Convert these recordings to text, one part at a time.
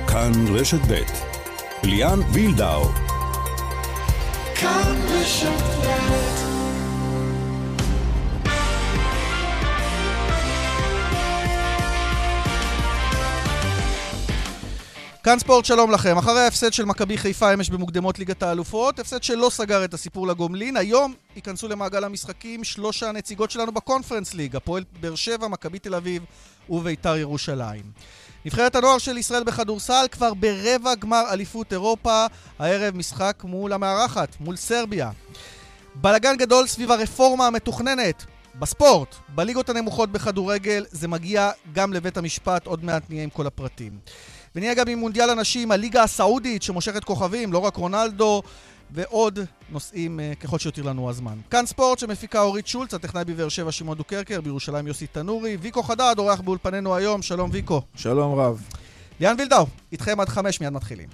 כאן רשת ב' ליאן וילדאו. כאן רשת ב'. כאן ספורט, שלום לכם. אחרי ההפסד של מכבי חיפה אמש במוקדמות ליגת האלופות, הפסד שלא סגר את הסיפור לגומלין, היום ייכנסו למעגל המשחקים 3 הנציגות שלנו בקונפרנס ליג, הפועל באר שבע, מכבי תל אביב ובית"ר ירושלים. נבחרת הנוער של ישראל בכדורסל כבר ברבע גמר אליפות אירופה, הערב משחק מול המארחת, מול סרביה. בלגן גדול סביב הרפורמה המתוכננת בספורט, בליגות הנמוכות בכדורגל, זה מגיע גם לבית המשפט, עוד מעט נהיה עם כל הפרטים. ונהיה גם עם מונדיאל הנשים, הליגה הסעודית שמושכת כוכבים, לא רק רונלדו, ועוד נושאים ככל שיותיר לנו הזמן. כאן ספורט שמפיקה אורית שולץ, הטכנאי בבאר שבע שמעון דוקרקר, בירושלים יוסי תנורי, ויקו חדד, אורח באולפנינו היום, שלום ויקו. שלום רב. ליאן וילדאו, איתכם עד 5, מיד מתחילים.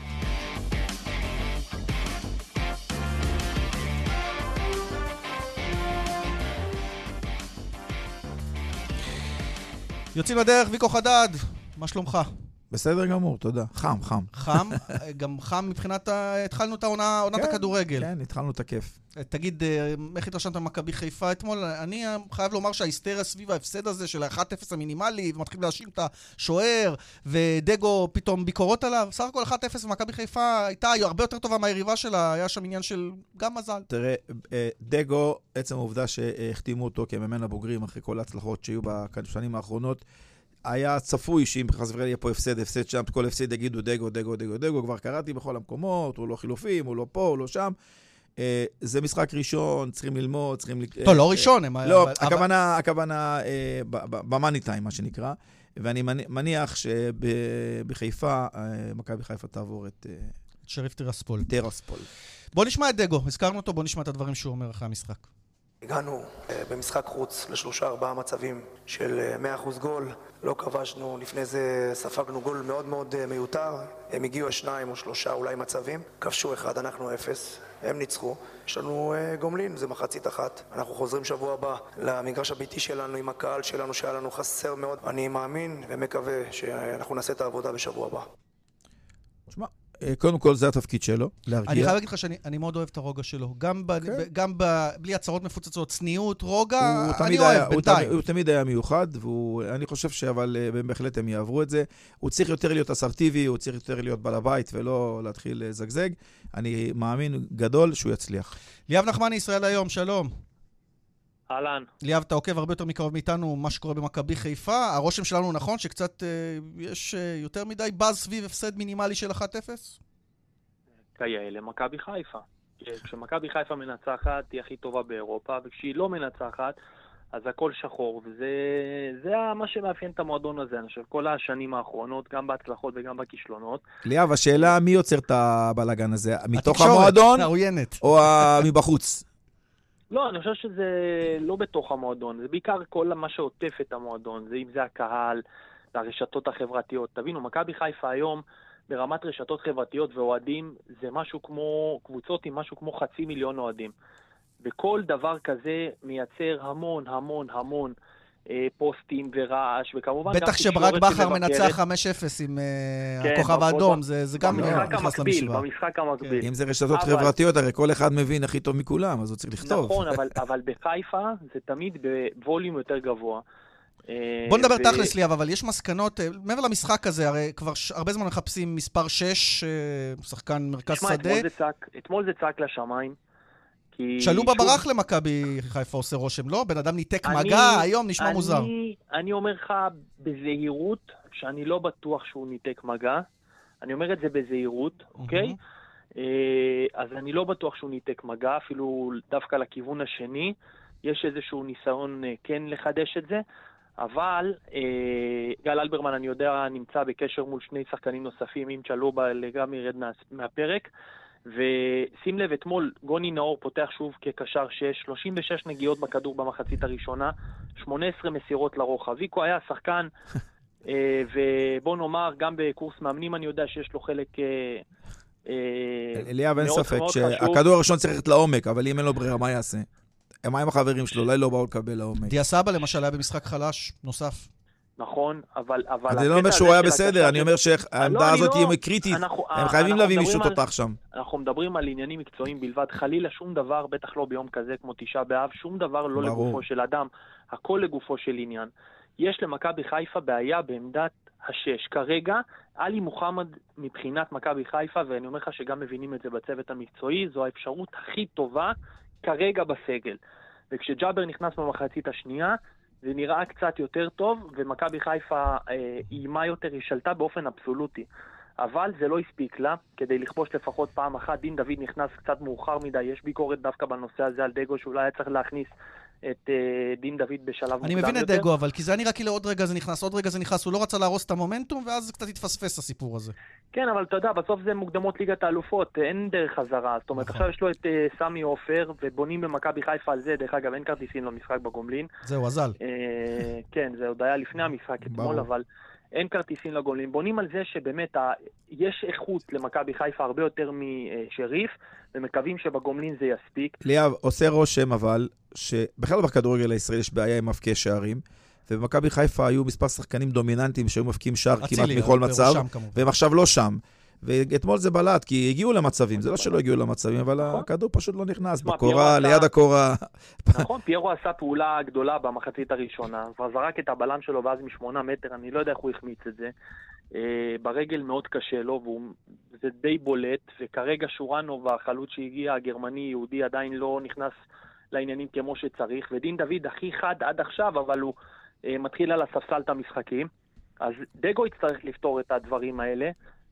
יוצאים לדרך, ויקו חדד, מה שלומך? בסדר גמור, תודה. חם. חם? גם חם מבחינת, התחלנו את עונת הכדורגל. כן, התחלנו את הכיף. תגיד, איך התרשמת במכבי חיפה אתמול? אני חייב לומר שההיסטריה סביב ההפסד הזה של ה-1-0 המינימלי, ומתחילים להאשים את השוער, ודגו פתאום ביקורות עליו. סך הכל 1-0 במכבי חיפה הייתה הרבה יותר טובה מהיריבה שלה, היה שם עניין של גם מזל. תראה, דגו, עצם העובדה שהחתימו אותו כמאמן הבוגרים אחרי כל ההצלחות שהיו בשנים האחרונות, היה צפוי שאם חס וחלילה יהיה פה הפסד שם, כל הפסד יגידו דגו, כבר קראתי בכל המקומות, הוא לא חילופים, הוא לא פה, הוא לא שם. זה משחק ראשון, צריכים ללמוד, טוב, לא ראשון. לא, הכוונה במאני טיים, מה שנקרא, ואני מניח שבחיפה, מכבי חיפה תעבור את שריף טירספול. בוא נשמע את דגו, הזכרנו אותו, בוא נשמע את הדברים שהוא אומר אחרי המשחק. הגענו במשחק חוץ ל3-4 מצבים של 100% גול, לא כבשנו, לפני זה ספגנו גול מאוד מאוד מיותר, הם הגיעו 2 או 3 אולי מצבים, כבשו 1, אנחנו 0, הם ניצחו, יש לנו גומלין, זה מחצית אחת, אנחנו חוזרים שבוע הבא למגרש הביתי שלנו עם הקהל שלנו שהיה לנו חסר מאוד, אני מאמין ומקווה שאנחנו נעשה את העבודה בשבוע הבא. תשמע, קודם כל זה התפקיד שלו, להרגיע. אני חייב להגיד לך שאני מאוד אוהב את הרוגע שלו. גם בלי הצהרות מפוצצות, צניעות, רוגע, אני אוהב בינתיים. הוא תמיד היה מיוחד, ואני חושב אבל בהחלט הם יעברו את זה. הוא צריך יותר להיות אסרטיבי, הוא צריך יותר להיות בעל הבית, ולא להתחיל זגזג. אני מאמין גדול שהוא יצליח. ליאב נחמני, ישראל היום, שלום. אהלן. ליאב, אתה עוקב הרבה יותר מקרוב מאיתנו מה שקורה במכבי חיפה. הרושם שלנו נכון שקצת יש יותר מדי באז סביב הפסד מינימלי של 1-0? כאלה, מכבי חיפה. כשמכבי חיפה מנצחת היא הכי טובה באירופה, וכשהיא לא מנצחת אז הכל שחור, וזה מה שמאפיין את המועדון הזה. אני חושב כל השנים האחרונות, גם בהצלחות וגם בכישלונות. ליאב, השאלה מי יוצר את הבלגן הזה? מתוך המועדון או מבחוץ? לא, אני חושב שזה לא בתוך המועדון, זה בעיקר כל מה שעוטף את המועדון, זה אם זה הקהל, הרשתות החברתיות. תבינו, מכבי חיפה היום ברמת רשתות חברתיות ואוהדים, זה משהו כמו, קבוצות עם משהו כמו 500,000 אוהדים. וכל דבר כזה מייצר המון פוסטים ורעש, וכמובן בטח שברק בכר מנצח 5-0 עם הכוכב האדום, זה גם נכנס למשוואה. במשחק המקביל. אם זה רשתות חברתיות, הרי כל אחד מבין הכי טוב מכולם, אז הוא צריך לכתוב. נכון, אבל בחיפה זה תמיד בווליום יותר גבוה. בוא נדבר תכלס ליאב, אבל יש מסקנות, מעבר למשחק הזה, הרי כבר הרבה זמן מחפשים מספר 6, שחקן מרכז שדה. אתמול זה צעק לשמיים. שלו בברח למכבי חיפה עושה רושם, לא? בן אדם ניתק מגע, היום נשמע מוזר. אני אומר לך בזהירות, שאני לא בטוח שהוא ניתק מגע. אני אומר את זה בזהירות, אוקיי? אז אני לא בטוח שהוא ניתק מגע, אפילו דווקא לכיוון השני. יש איזשהו ניסיון כן לחדש את זה. אבל גל אלברמן, אני יודע, נמצא בקשר מול 2 שחקנים נוספים, אם צ'לובה גם ירד מהפרק. ושים לב, אתמול גוני נאור פותח שוב כקשר 6, 36 נגיעות בכדור במחצית הראשונה, 18 מסירות לרוחב. ויקו היה שחקן, ובוא נאמר, גם בקורס מאמנים אני יודע שיש לו חלק ליאב, אין ספק שהכדור הראשון צריך ללכת לעומק, אבל אם אין לו ברירה, מה יעשה? מה עם החברים שלו? אולי לא באו לקבל לעומק. דיה סבא למשל היה במשחק חלש נוסף. נכון, אבל... אני לא אומר שהוא היה בסדר, אני אומר שהעמדה הזאת היא קריטית. הם חייבים להביא מישהו תותח שם. אנחנו מדברים על עניינים מקצועיים בלבד, חלילה שום דבר, בטח לא ביום כזה כמו תשעה באב, שום דבר לא לגופו של אדם, הכל לגופו של עניין. יש למכבי חיפה בעיה בעמדת השש. כרגע, עלי מוחמד מבחינת מכבי חיפה, ואני אומר לך שגם מבינים את זה בצוות המקצועי, זו האפשרות הכי טובה כרגע בסגל. וכשג'אבר נכנס במחצית השנייה, זה נראה קצת יותר טוב, ומכבי חיפה אימה יותר, היא שלטה באופן אבסולוטי. אבל זה לא הספיק לה, כדי לכבוש לפחות פעם אחת. דין דוד נכנס קצת מאוחר מדי, יש ביקורת דווקא בנושא הזה על דגו, שאולי היה צריך להכניס את דין דוד בשלב מוקדם יותר. אני מבין את דגו, אבל כי זה נראה כאילו עוד רגע זה נכנס, עוד רגע זה נכנס, הוא לא רצה להרוס את המומנטום, ואז קצת התפספס הסיפור הזה. כן, אבל אתה יודע, בסוף זה מוקדמות ליגת האלופות, אין דרך חזרה. זאת אומרת, עכשיו יש לו את סמי עופר, ובונים במכבי חיפה על זה, דרך אגב, אין כרטיסים למשחק בגומלין. זהו, אזל. כן, זה עוד היה לפני המשחק אתמול, אבל אין כרטיסים לגומלין. בונים על זה שבאמת יש איכות למכבי חיפה הרבה יותר משריף, ומקווים שבגומלין זה יספיק. ליאב, עושה רושם אבל, שבכלל בכדורגל הישראלי יש בעיה עם מפקיעי שערים, ובמכבי חיפה היו מספר שחקנים דומיננטיים שהיו מפקיעים שער כמעט מכל מצב, והם עכשיו לא שם. ואתמול זה בלט, כי הגיעו למצבים, זה לא שלא הגיעו למצבים, אבל הכדור פשוט לא נכנס, בקורה, ליד הקורה. נכון, פיירו עשה פעולה גדולה במחצית הראשונה, כבר זרק את הבלם שלו ואז מ8 מטר, אני לא יודע איך הוא החמיץ את זה. ברגל מאוד קשה לו, וזה די בולט, וכרגע שורנו והחלוץ שהגיע, הגרמני, יהודי, עדיין לא נכנס לעניינים כמו שצריך, ודין דוד הכי חד עד עכשיו, אבל הוא מתחיל על הספסל את המשחקים, אז דגו יצטרך לפתור את הדברים האלה,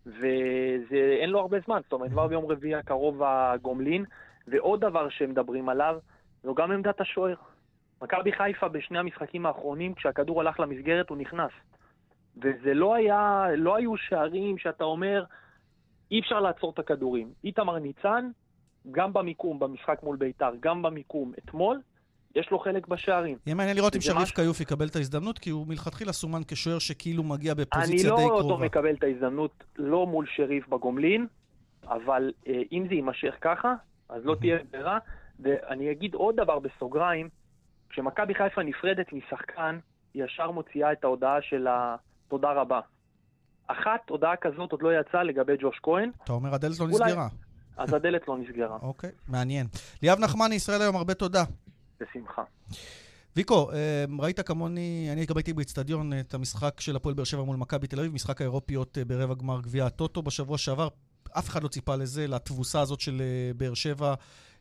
ואין לו הרבה זמן, זאת אומרת, כבר ביום רביעי הקרוב הגומלין, ועוד דבר שמדברים עליו, זו גם עמדת השוער. מכבי חיפה בשני המשחקים האחרונים, כשהכדור הלך למסגרת, הוא נכנס. וזה לא היו שערים שאתה אומר, אי אפשר לעצור את הכדורים. איתמר ניצן, גם במיקום, במשחק מול ביתר, גם במיקום אתמול, יש לו חלק בשערים. יהיה מעניין לראות אם שריף קיוף יקבל את ההזדמנות, כי הוא מלכתחילה סומן כשוער שכאילו מגיע בפוזיציה די קרובה. אני לא אותו מקבל את ההזדמנות, לא מול שריף בגומלין, אבל אם זה יימשך ככה, אז לא תהיה ברירה. ואני אגיד עוד דבר בסוגריים, כשמכבי חיפה נפרדת משחקן, ישר מוציאה את ההודעה של התודה רבה. אחת הודעה כזאת עוד לא יצאה לגבי ג'וש כהן. אתה אומר, הדלת לא נסגרה. אז הדלת לא נסגרה. אוקיי, מעניין. ליאב נחמני, ישראל היום, הרבה תודה. בשמחה. ויקו, ראית כמוני, אני ראיתי באצטדיון את המשחק של הפועל באר שבע מול מכבי תל אביב, משחק האירופיות ברבע גמר גביע הטוטו בשבוע שעבר, אף אחד לא ציפה לזה, לתבוסה הזאת של באר שבע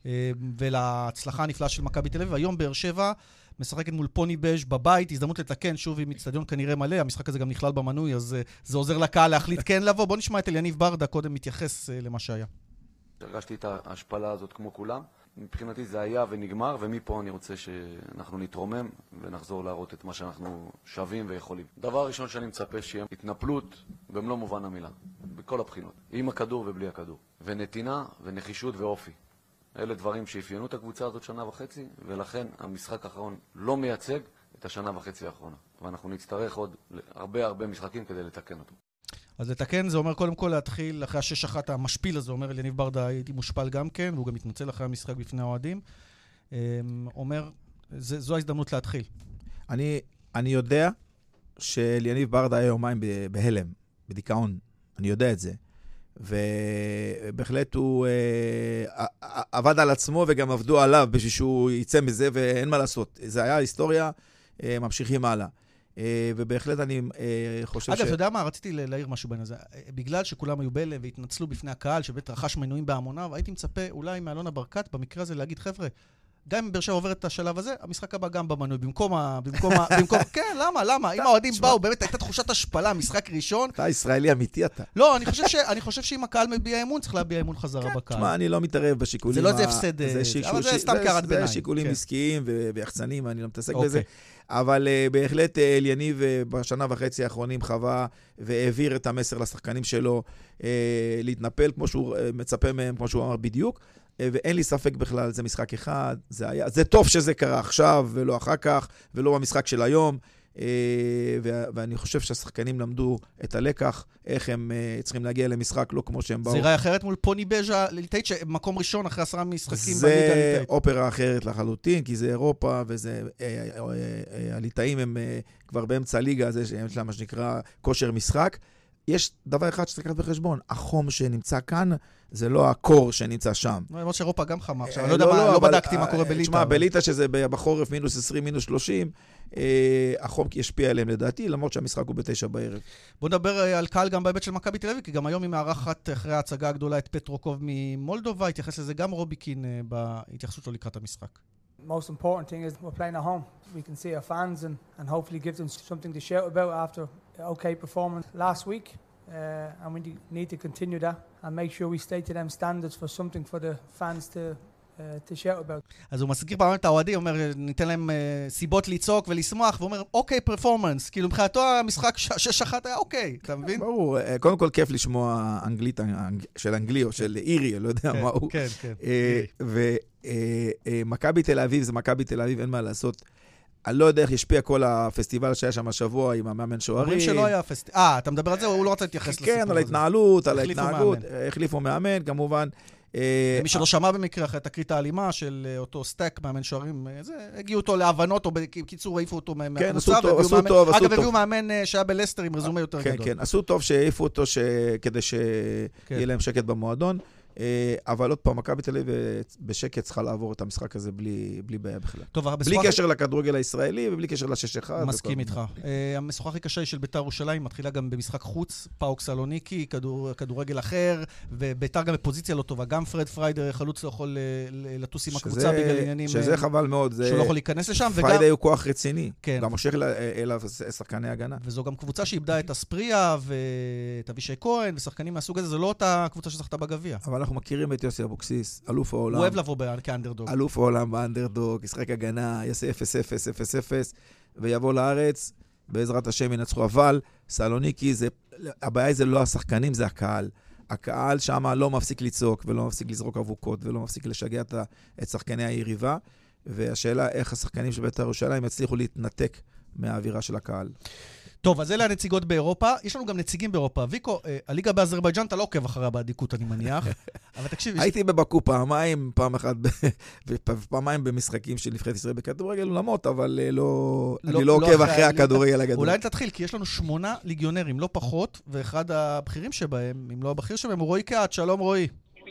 ולהצלחה הנפלאה של מכבי תל אביב. היום באר שבע משחקת מול פוני בז' בבית, הזדמנות לתקן שוב עם אצטדיון כנראה מלא, המשחק הזה גם נכלל במנוי, אז זה עוזר לקהל להחליט כן לבוא. בוא נשמע את אליניב ברדה, קודם מתייחס למה שהיה. הרגשתי את ההשפלה הזאת כמו כולם. מבחינתי זה היה ונגמר, ומפה אני רוצה שאנחנו נתרומם ונחזור להראות את מה שאנחנו שווים ויכולים. דבר ראשון שאני מצפה שיהיה התנפלות במלוא מובן המילה, בכל הבחינות, עם הכדור ובלי הכדור, ונתינה ונחישות ואופי. אלה דברים שאפיינו את הקבוצה הזאת שנה וחצי, ולכן המשחק האחרון לא מייצג את השנה וחצי האחרונה, ואנחנו נצטרך עוד הרבה משחקים כדי לתקן אותו. אז לתקן זה אומר קודם כל להתחיל אחרי 6-1 המשפיל הזה, אומר אליניב ברדה, הייתי מושפל גם כן, והוא גם מתנצל אחרי המשחק בפני האוהדים. אומר, זו ההזדמנות להתחיל. אני יודע שאליניב ברדה היה יומיים בהלם, בדיכאון, אני יודע את זה. ובהחלט הוא עבד על עצמו וגם עבדו עליו בשביל שהוא יצא מזה ואין מה לעשות. זה היה היסטוריה, ממשיכים הלאה. ובהחלט אני חושב אגב, אתה יודע מה? רציתי להעיר משהו בין הזה. בגלל שכולם היו בהלם והתנצלו בפני הקהל, שבית רכש מנויים בהמוניו, הייתי מצפה אולי מאלונה ברקת, במקרה הזה להגיד, חבר'ה, גם אם באר שבע עובר את השלב הזה, המשחק הבא גם במנוי, במקום כן, למה? אם האוהדים באו, באמת הייתה תחושת השפלה, משחק ראשון. אתה ישראלי אמיתי אתה. לא, אני חושב שאם הקהל מביע אמון, צריך להביע אמון חזרה בקהל. תשמע, אני לא מתערב בשיקולים. זה לא איזה הפסד, אבל זה סתם קרת ביניים. זה שיקולים עסקיים ויחצנים, אני לא מתעסק בזה. אבל בהחלט אליניב בשנה וחצי האחרונים חווה והעביר את המסר לשחקנים שלו להתנפל כמו שהוא מצפה מהם, כמו שהוא אמר בדיוק. ואין לי ספק בכלל, זה משחק אחד, זה טוב שזה קרה עכשיו ולא אחר כך, ולא במשחק של היום. ואני חושב שהשחקנים למדו את הלקח, איך הם צריכים להגיע למשחק, לא כמו שהם באו. זה יראה אחרת מול פוני בז'ה ליטאית, שמקום ראשון אחרי 10 משחקים בליגה ליטאית. זה אופרה אחרת לחלוטין, כי זה אירופה, וזה, הליטאים הם כבר באמצע הליגה, זה שיש להם מה שנקרא כושר משחק. יש דבר אחד שצריך לקחת בחשבון, החום שנמצא כאן, זה לא הקור שנמצא שם. למרות שאירופה גם חמה עכשיו, אני לא בדקתי מה קורה בליטא. תשמע, בליטא שזה בחורף מינוס 20, מינוס 30, החום ישפיע עליהם לדעתי, למרות שהמשחק הוא ב9 בערב. בוא נדבר על קהל גם בהיבט של מכבי תל אביב, כי גם היום היא מארחת אחרי ההצגה הגדולה את פטרוקוב ממולדובה, התייחס לזה גם רוביקין בהתייחסות שלו לקראת המשחק. Most important thing is we're playing at home. We can see our fans and hopefully give them something to shout about after an okay performance last week. And we need to continue that and make sure we stay to them standards for something for the fans to shout about. אז הוא מזכיר פעם את האוהדים, אומר, ניתן להם סיבות לצעוק ולשמוח, ואומר, אוקיי פרפורמנס, כאילו מבחינתו המשחק 6-1 היה אוקיי, אתה מבין? ברור, קודם כל כיף לשמוע אנגלית של אנגלי או של אירי, לא יודע מה הוא. כן, כן. ומכבי תל אביב זה מכבי תל אביב, אין מה לעשות. אני לא יודע איך ישפיע כל הפסטיבל שהיה שם השבוע עם המאמן שוערים. אומרים שלא היה פסטיבל. אתה מדבר על זה, הוא לא רוצה להתייחס לסיפור הזה. כן, על ההתנהלות, על ההתנהגות. החליפו מאמן, כמובן. מי שלא שמע במקרה אחרי תקרית האלימה של אותו סטק, מאמן שוערים, הגיעו אותו להבנות, או בקיצור העיפו אותו מהקבוצה. כן, עשו טוב. אגב, הביאו מאמן שהיה בלסטר עם רזומה יותר גדול. כן, כן, עשו טוב שהעיפו אותו כדי שיהיה להם שקט במועדון. אבל עוד פעם, מכבי תל אביב בשקט צריכה לעבור את המשחק הזה בלי בעיה בכלל. בלי קשר לכדורגל הישראלי ובלי קשר ל6-1. מסכים איתך. המשחק הכי קשה של בית"ר ירושלים מתחילה גם במשחק חוץ, פאוק סלוניקי, כדורגל אחר, ובית"ר גם בפוזיציה לא טובה. גם פרד פריידר, חלוץ לא יכול לטוס עם הקבוצה בגלל עניינים. שזה חבל מאוד. שהוא לא יכול להיכנס לשם. פריידר הוא כוח רציני. גם מושך אליו שחקני הגנה. וזו גם קבוצה שאיבדה את אספריה ואת אבישי כהן ושחקנים מהסוג הזה. זו לא אותה קבוצה שזכתה בגביע. אבל אנחנו מכירים את יוסי אבוקסיס, אלוף העולם. הוא אוהב לבוא כאנדרדוג. אלוף העולם באנדרדוג, ישחק הגנה, יעשה 0-0, 0-0, ויבוא לארץ, בעזרת השם ינצחו. אבל סלוניקי, הבעיה זה לא השחקנים, זה הקהל. הקהל שם לא מפסיק לצעוק, ולא מפסיק לזרוק אבוקות, ולא מפסיק לשגע את שחקני היריבה, והשאלה איך השחקנים של בית"ר ירושלים יצליחו להתנתק מהאווירה של הקהל. טוב, אז אלה הנציגות באירופה. יש לנו גם נציגים באירופה. ויקו, הליגה באזרבייג'אן, אתה לא עוקב אחריה בעדיקות, אני מניח. אבל תקשיב... הייתי בבקו פעמיים, פעם אחת ופעמיים במשחקים של נבחרת ישראל בכדורגל אולמות, אבל אני לא עוקב אחרי הכדורגל הגדול. אולי נתחיל, כי יש לנו 8 ליגיונרים, לא פחות, ואחד הבכירים שבהם, אם לא הבכיר שבהם, הוא רועי קהת. שלום רועי.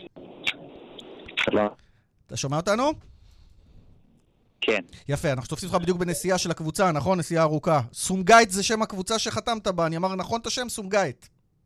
שלום. אתה שומע אותנו? כן. יפה, אנחנו תופסים אותך בדיוק בנסיעה של הקבוצה, נכון? נסיעה ארוכה. סומגייט זה שם הקבוצה שחתמת בה, אני אמר נכון את השם? סומגייט.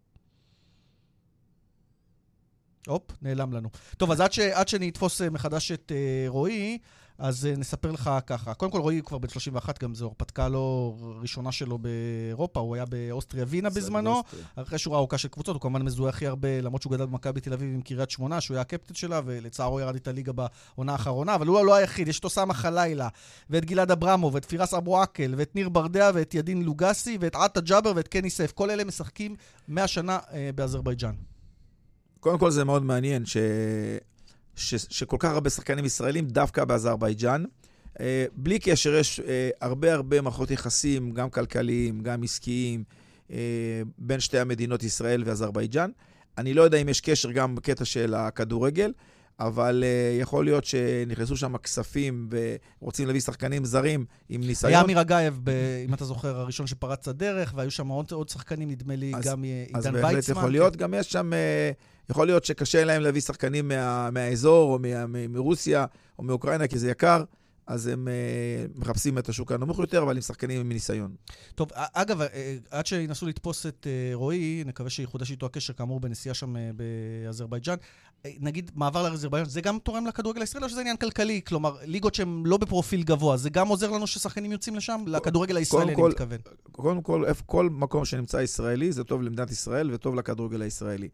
הופ, נעלם לנו. טוב, אז עד שנתפוס מחדש את רועי, אז נספר לך ככה. קודם כל, רועי כבר בן 31, גם זו הרפתקה לא ראשונה שלו באירופה, הוא היה באוסטריה וינה בזמנו, אחרי שורה ארוכה של קבוצות, הוא כמובן מזוהה הכי הרבה, למרות שהוא גדל במכבי תל אביב עם קריית שמונה, שהוא היה הקפטן שלה, ולצערו ירד את הליגה בעונה האחרונה, אבל הוא לא היחיד, יש את אוסאמה חלילה, ואת גלעד אברמוב, ואת פירס אבו עקל, ואת ניר ברדע, ואת ידין לוגסי, ואת עטה ג'אבר, ואת קני סף. כל אלה משחקים 100 שנה באזרבייג'אן. קודם כל זה מאוד מעניין שכל כך הרבה שחקנים ישראלים דווקא באזרבייג'אן. בלי קשר יש הרבה מערכות יחסים, גם כלכליים, גם עסקיים, בין שתי המדינות ישראל ואזרבייג'אן. אני לא יודע אם יש קשר גם בקטע של הכדורגל, אבל יכול להיות שנכנסו שם כספים ורוצים להביא שחקנים זרים עם ניסיון. היה אמיר אגייב, אם אתה זוכר, הראשון שפרץ הדרך, והיו שם עוד שחקנים, נדמה לי, גם עידן ויצמן. אז בהחלט יכול להיות, גם יש שם... יכול להיות שקשה להם להביא שחקנים מהאזור, או מרוסיה, או מאוקראינה, כי זה יקר, אז הם מחפשים את השוק הנמוך יותר, אבל עם שחקנים מניסיון. טוב, אגב, עד שינסו לתפוס את רועי, נקווה שיחודש איתו הקשר, כאמור, בנסיעה שם באזרבייג'אן. נגיד, מעבר לאזרבייג'אן, זה גם תורם לכדורגל הישראלי, או שזה עניין כלכלי? כלומר, ליגות שהן לא בפרופיל גבוה, זה גם עוזר לנו ששחקנים יוצאים לשם? לכדורגל הישראלי, אני מתכוון. קודם כל מקום שנמצא ישראלי, זה טוב למדינת ישראל וטוב לכדורגל הישראלי.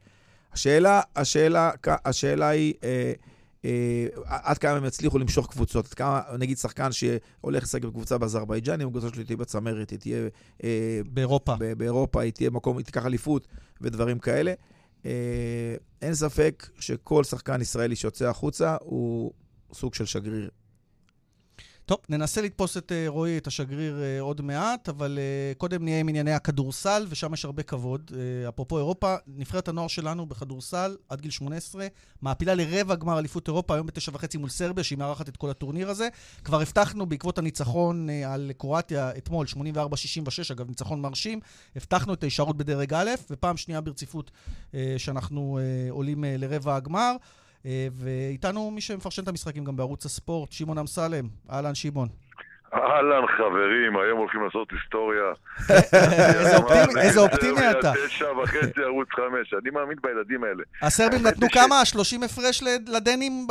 השאלה היא, עד כמה הם יצליחו למשוך קבוצות, עד כמה, נגיד שחקן שהולך לשחק בקבוצה באזרבייג'ן, אם הקבוצה שלו תהיה בצמרת, היא תהיה באירופה, היא תהיה מקום, היא תיקח אליפות ודברים כאלה. אין ספק שכל שחקן ישראלי שיוצא החוצה הוא סוג של שגריר. טוב, ננסה לתפוס את רועי, את השגריר עוד מעט, אבל קודם נהיה עם ענייני הכדורסל, ושם יש הרבה כבוד. אפרופו אירופה, נבחרת הנוער שלנו בכדורסל עד גיל 18, מעפילה לרבע גמר אליפות אירופה, היום ב9:30 מול סרביה, שהיא מארחת את כל הטורניר הזה. כבר הבטחנו בעקבות הניצחון על קרואטיה אתמול, 84-66, אגב, ניצחון מרשים, הבטחנו את ההישארות בדרג א', ופעם שנייה ברציפות שאנחנו עולים לרבע הגמר. ואיתנו מי שמפרשן את המשחקים גם בערוץ הספורט, שמעון אמסלם. אהלן שמעון. אהלן חברים, היום הולכים לעשות היסטוריה. איזה אופטימי אתה. 9:30 ערוץ 5, אני מאמין בילדים האלה. הסרבים נתנו כמה? 30 הפרש לדנים?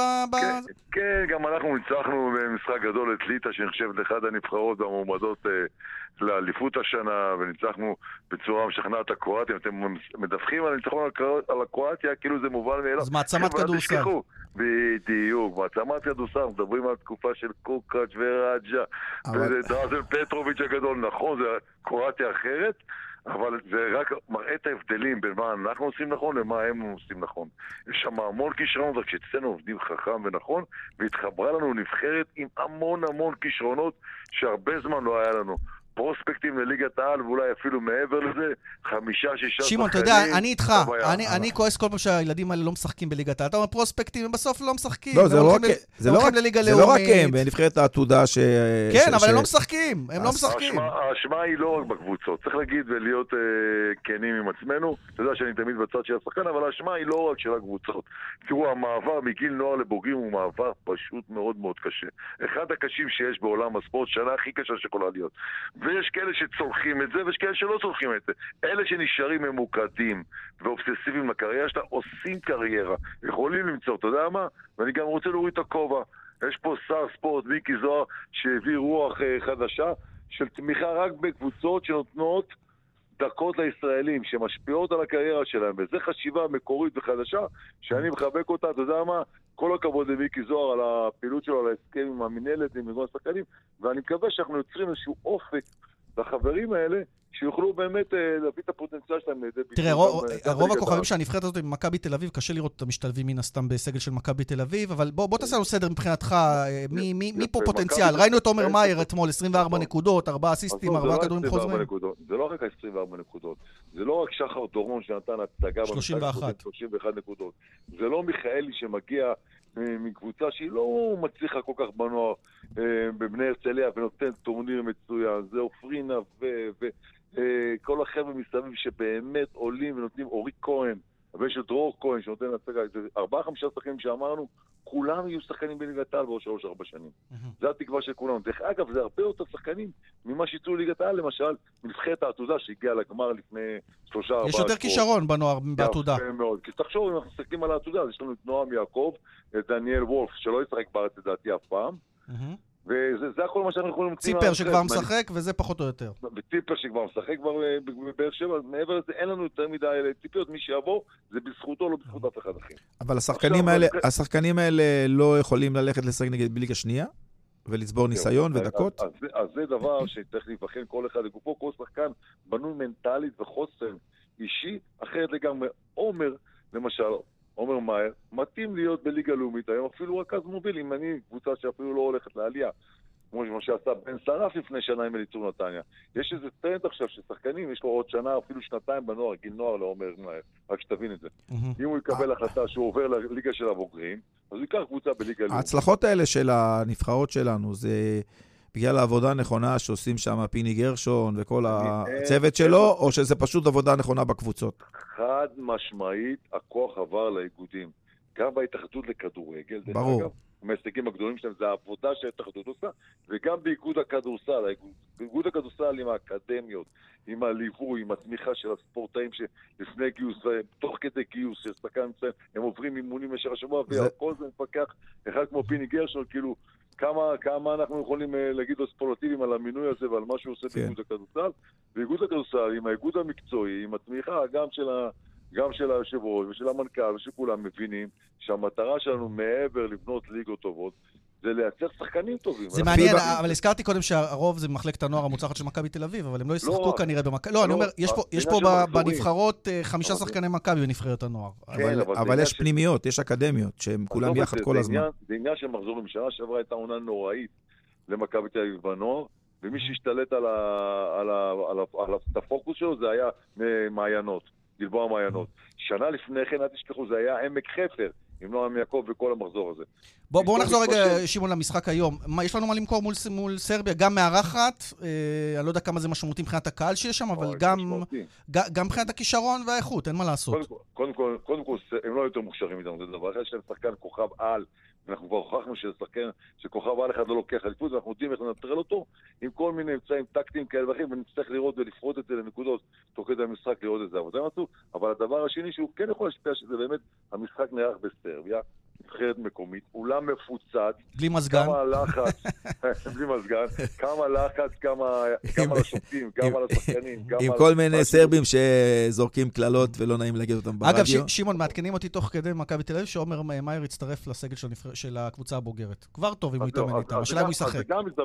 כן, גם אנחנו ניצחנו במשחק גדול את ליטא, שנחשב לאחד הנבחרות והמועמדות לאליפות השנה, וניצחנו בצורה משכנעת הקרואטיה. אתם מדווחים על ניצחון על הקרואטיה, כאילו זה מובן מאליו. אז מעצמת כדורסל. בדיוק, מעצמת כדורסל, מדברים על תקופה של קוקאץ' ורג'ה, ודרזן פטרוביץ' הגדול, נכון, זה קרואטיה אחרת, אבל זה רק מראה את ההבדלים בין מה אנחנו עושים נכון למה הם עושים נכון. יש שם המון כישרונות, רק שאצלנו עובדים חכם ונכון, והתחברה לנו נבחרת עם המון המון כישרונות שהרבה זמן לא היה לנו. פרוספקטים לליגת העל, ואולי אפילו מעבר לזה, 5-6 שמעון, אתה יודע, אני איתך, אני כועס כל פעם שהילדים האלה לא משחקים בליגת העל. אתה אומר פרוספקטים, הם בסוף לא משחקים. לא, זה לא רק הם, בנבחרת העתודה ש... כן, אבל הם לא משחקים, הם לא משחקים. האשמה היא לא רק בקבוצות, צריך להגיד ולהיות כנים עם עצמנו. אתה יודע שאני תמיד בצד של השחקן, אבל האשמה היא לא רק של הקבוצות. תראו, המעבר מגיל נוער לבוגרים הוא מעבר פשוט מאוד מאוד קשה. אחד הקשים שיש בעולם הספורט, שנה הכי קשה שיכולה להיות. ויש כאלה שצולחים את זה, ויש כאלה שלא צולחים את זה. אלה שנשארים ממוקדים ואובססיביים לקריירה שלה, עושים קריירה. יכולים למצוא, אתה יודע מה? ואני גם רוצה להוריד את הכובע. יש פה שר ספורט, מיקי זוהר, שהביא רוח חדשה, של תמיכה רק בקבוצות שנותנות דקות לישראלים, שמשפיעות על הקריירה שלהם. וזו חשיבה מקורית וחדשה, שאני מחבק אותה, אתה יודע מה? כל הכבוד למיקי זוהר על הפעילות שלו, על ההסכם עם המנהלת, עם ארגון השחקנים, ואני מקווה שאנחנו יוצרים איזשהו אופק לחברים האלה, שיוכלו באמת להביא את הפוטנציאל שלהם לידי ביטוי. תראה, רוב הכוכבים שהנבחרת הזאת עם מכבי תל אביב, קשה לראות את המשתלבים מן הסתם בסגל של מכבי תל אביב, אבל בוא תעשה לנו סדר מבחינתך, מי פה פוטנציאל? ראינו את עומר מאייר אתמול, 24 נקודות, 4 אסיסטים, 4 כדורים חוזרים. זה לא רק 24 נקודות, זה לא רק שחר דורמון שנתן הצגה 31 נקודות, זה לא מיכאלי שמגיע מקבוצה שהיא לא מצליחה כל כך בנוער בבני הרצליה ונותן טורניר מצוין, זה אופרינה וכל החבר'ה מסביב שבאמת עולים ונותנים, אורי כהן, ויש את דרור כהן שנותן הצגה, 4-5 שחקנים שאמרנו, כולם יהיו שחקנים בליגת העל בעוד 3-4 שנים. זה התקווה של כולנו. דרך אגב, זה הרבה יותר שחקנים ממה שיצאו ליגת העל, למשל, מנבחרת העתודה שהגיעה לגמר לפני 3-4 שבועות. יש יותר כישרון בנוער בעתודה. יפה מאוד. כי תחשוב, אם אנחנו מסתכלים על העתודה, אז יש לנו את נועם יעקב, את דניאל וולף, שלא ישחק בארץ לדעתי אף פעם. וזה הכל מה שאנחנו יכולים למצוא. ציפר שכבר משחק, וזה פחות או יותר. וציפר שכבר משחק בבאר שבע, מעבר לזה אין לנו יותר מדי ציפיות, מי שיבוא, זה בזכותו, לא בזכות אף אחד אחר. אבל השחקנים האלה לא יכולים ללכת לשחק נגד בליגה שנייה, ולצבור ניסיון ודקות? אז זה דבר שצריך להיבחן כל אחד לגופו, כל שחקן בנוי מנטלית וחוסן אישי, אחרת לגמרי. עומר, למשל, עומר מאייר, מתאים להיות בליגה לאומית, היום אפילו רכז מוביל, אם אני קבוצה שאפילו לא הולכת לעלייה, כמו שעשה בן שרף לפני שנה עם אליצור נתניה. יש איזה טרנד עכשיו ששחקנים, יש לו עוד שנה, אפילו שנתיים בנוער, גיל נוער לעומר מאייר, רק שתבין את זה. אם הוא יקבל החלטה שהוא עובר לליגה של הבוגרים, אז הוא ייקח קבוצה בליגה לאומית. ההצלחות האלה של הנבחרות שלנו, זה בגלל העבודה הנכונה שעושים שם פיני גרשון וכל הצוות שלו, או שזה פשוט עבודה נכונה בקבוצות? חד משמעית, הכוח עבר לאיגודים. גם בהתאחדות לכדורגל, ברור. מההישגים הגדולים שלהם, זה העבודה שההתאחדות עושה, וגם באיגוד הכדורסל, באיגוד הכדורסל עם האקדמיות, עם הליווי, עם התמיכה של הספורטאים שלפני גיוס, ותוך כדי גיוס של שחקן מצוין, הם עוברים אימונים במשך השבוע, והכל זה מפקח, אחד כמו פיני גרשון, כאילו, כמה אנחנו יכולים להגיד לספורטיביים על המינוי הזה ועל מה שהוא עושה באיגוד הכדורסל, ואיגוד הכדורסל עם האיגוד המקצועי, עם התמיכה גם של היושב ראש ושל המנכ"ל ושכולם מבינים שהמטרה שלנו מעבר לבנות ליגות טובות זה לייצר שחקנים טובים. זה מעניין, אבל הזכרתי קודם שהרוב זה מחלקת הנוער המוצלחת של מכבי תל אביב, אבל הם לא ישחקו כנראה במכבי. לא, אני אומר, יש פה בנבחרות 5 שחקני מכבי בנבחרת הנוער. אבל יש פנימיות, יש אקדמיות, שהם כולם יחד כל הזמן. זה עניין של מחזורים. שנה שעברה הייתה עונה נוראית. למכבי תל אביב בנוער, ומי שהשתלט על הפוקוס שלו זה היה מעיינות, גלבוע מעיינות. שנה לפני כן, אל תשכחו, זה היה עמק חפר, עם נועם יעקב וכל המחזור הזה. בואו נחזור רגע, שמעון, למשחק היום. יש לנו מה למכור מול סרביה, גם מארחת, אני לא יודע כמה זה משמעותי מבחינת הקהל שיש שם, אבל גם מבחינת הכישרון והאיכות, אין מה לעשות. קודם כל, הם לא יותר מוכשרים איתנו, זה דבר אחר, יש להם שחקן כוכב על, אנחנו כבר הוכחנו שכוכב על אחד לא לוקח אליפות, ואנחנו יודעים איך לנטרל אותו, עם כל מיני אמצעים טקטיים כאלה ואחרים, ונצטרך לראות ולפרוט את זה לנקודות, תוך כדי המשחק לראות את זה. אבל הדבר השני שהוא כן יכול להשפיע, שזה באמת המשחק נערך בסרביה, נבחרת מקומית, אולם מפוצץ, בלי מזגן, כמה לחץ, בלי מזגן, כמה לחץ, כמה לשופטים, גם על השחקנים, עם כל מיני סרבים שזורקים כללות ולא נעים להגיד אותם ברדיו. אגב, שמעון, מעדכנים אותי תוך כדי מכבי תל אביב שעומר מאיר יצטרף לסגל של הקבוצה הבוגרת. כבר טוב אם הוא יתאמן איתם, השאלה אם הוא ישחק.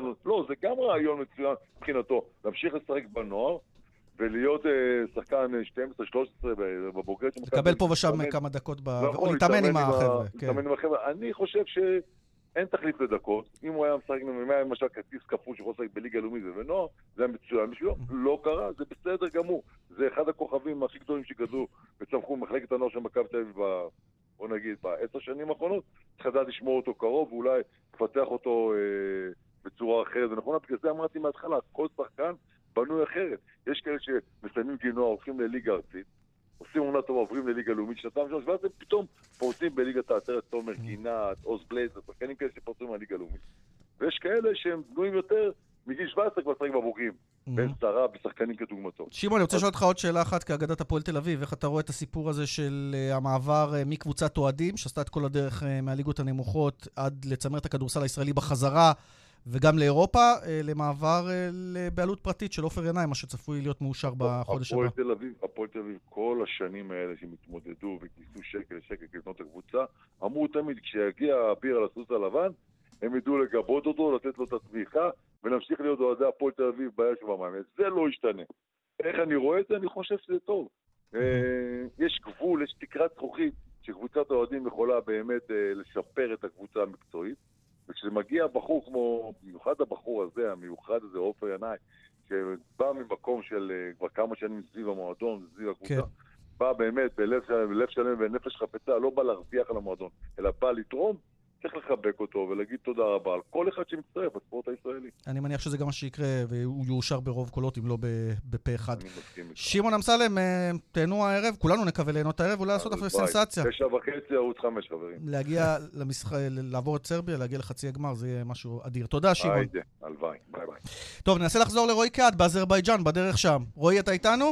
זה גם רעיון מצוין מבחינתו, להמשיך לשחק בנוער, ולהיות שחקן 12-13 בבוגרת. לקבל פה ושם כמה דקות, ולהתאמן עם החבר'ה. אני חושב שאין תחליף לדקות. אם הוא היה משחק, אם היה למשל כרטיס כפול שיכול לשחק בליגה לאומית ובנוער, זה היה מצוין בשבילו. לא קרה, זה בסדר גמור. זה אחד הכוכבים הכי גדולים שגדלו וצמחו מחלקת הנוער של מכבי תל אביב, בוא נגיד, ב10 שנים האחרונות. צריך לדעת לשמור אותו קרוב, ואולי לפתח אותו בצורה אחרת. זה נכון, בגלל זה אמרתי מההתחלה, כל שחקן בנוי אחרת. יש כאלה שמסיימים כנוער, הולכים לליגה ארצית, עושים עונה טובה, עוברים לליגה לאומית שנתיים שלוש, ואז הם פתאום פורצים בליגת העצרת, תומר גינת, עוז בלייזר, שחקנים כאלה שפורצים מהליגה לאומית. ויש כאלה שהם בנויים יותר מגיל 17 כבר שחק בבוגרים, בין שרה בשחקנים כדוגמתו. שמעון, אני רוצה לשאול אותך עוד שאלה אחת כאגדת הפועל תל אביב, איך אתה רואה את הסיפור הזה של המעבר מקבוצת אוהדים, שעשתה את כל הדרך מהליגות הנמוכות עד לצמר את הכדורסל הישראלי בחזרה, וגם לאירופה, למעבר לבעלות פרטית של עופר ינאי, מה שצפוי להיות מאושר בחודש הבא. הפועל תל אביב, כל השנים האלה שמתמודדו וכיסו שקל לבנות הקבוצה, אמרו תמיד, כשיגיע האביר על הסוס הלבן, הם ידעו לגבות אותו, לתת לו את התמיכה, ונמשיך להיות אוהדי הפועל תל אביב באש ובמים. זה לא ישתנה. איך אני רואה את זה? אני חושב שזה טוב. יש גבול, יש תקרת זכוכית, שקבוצת האוהדים יכולה באמת לשפר את הקבוצה המקצועית. וכשזה מגיע בחור כמו, במיוחד הבחור הזה, המיוחד הזה, עופר ינאי, שבא ממקום של כבר כמה שנים סביב המועדון, סביב הקבוצה, בא באמת בלב שלם ונפש חפצה, לא בא להרוויח על המועדון, אלא בא לתרום, צריך לחבק אותו ולהגיד תודה רבה על כל אחד שמצטרף בספורט הישראלי. אני מניח שזה גם מה שיקרה, והוא יאושר ברוב קולות, אם לא בפה אחד. שמעון אמסלם, תהנו הערב, כולנו נקווה ליהנות הערב, אולי לעשות אפילו סנסציה. 9:30, ערוץ 5, חברים. להגיע לעבור את סרביה, להגיע לחצי הגמר, זה יהיה משהו אדיר. תודה, שמעון. היידה, הלוואי, ביי ביי. טוב, ננסה לחזור לרועי קהת באזרבייג'אן, בדרך שם. רועי, אתה איתנו?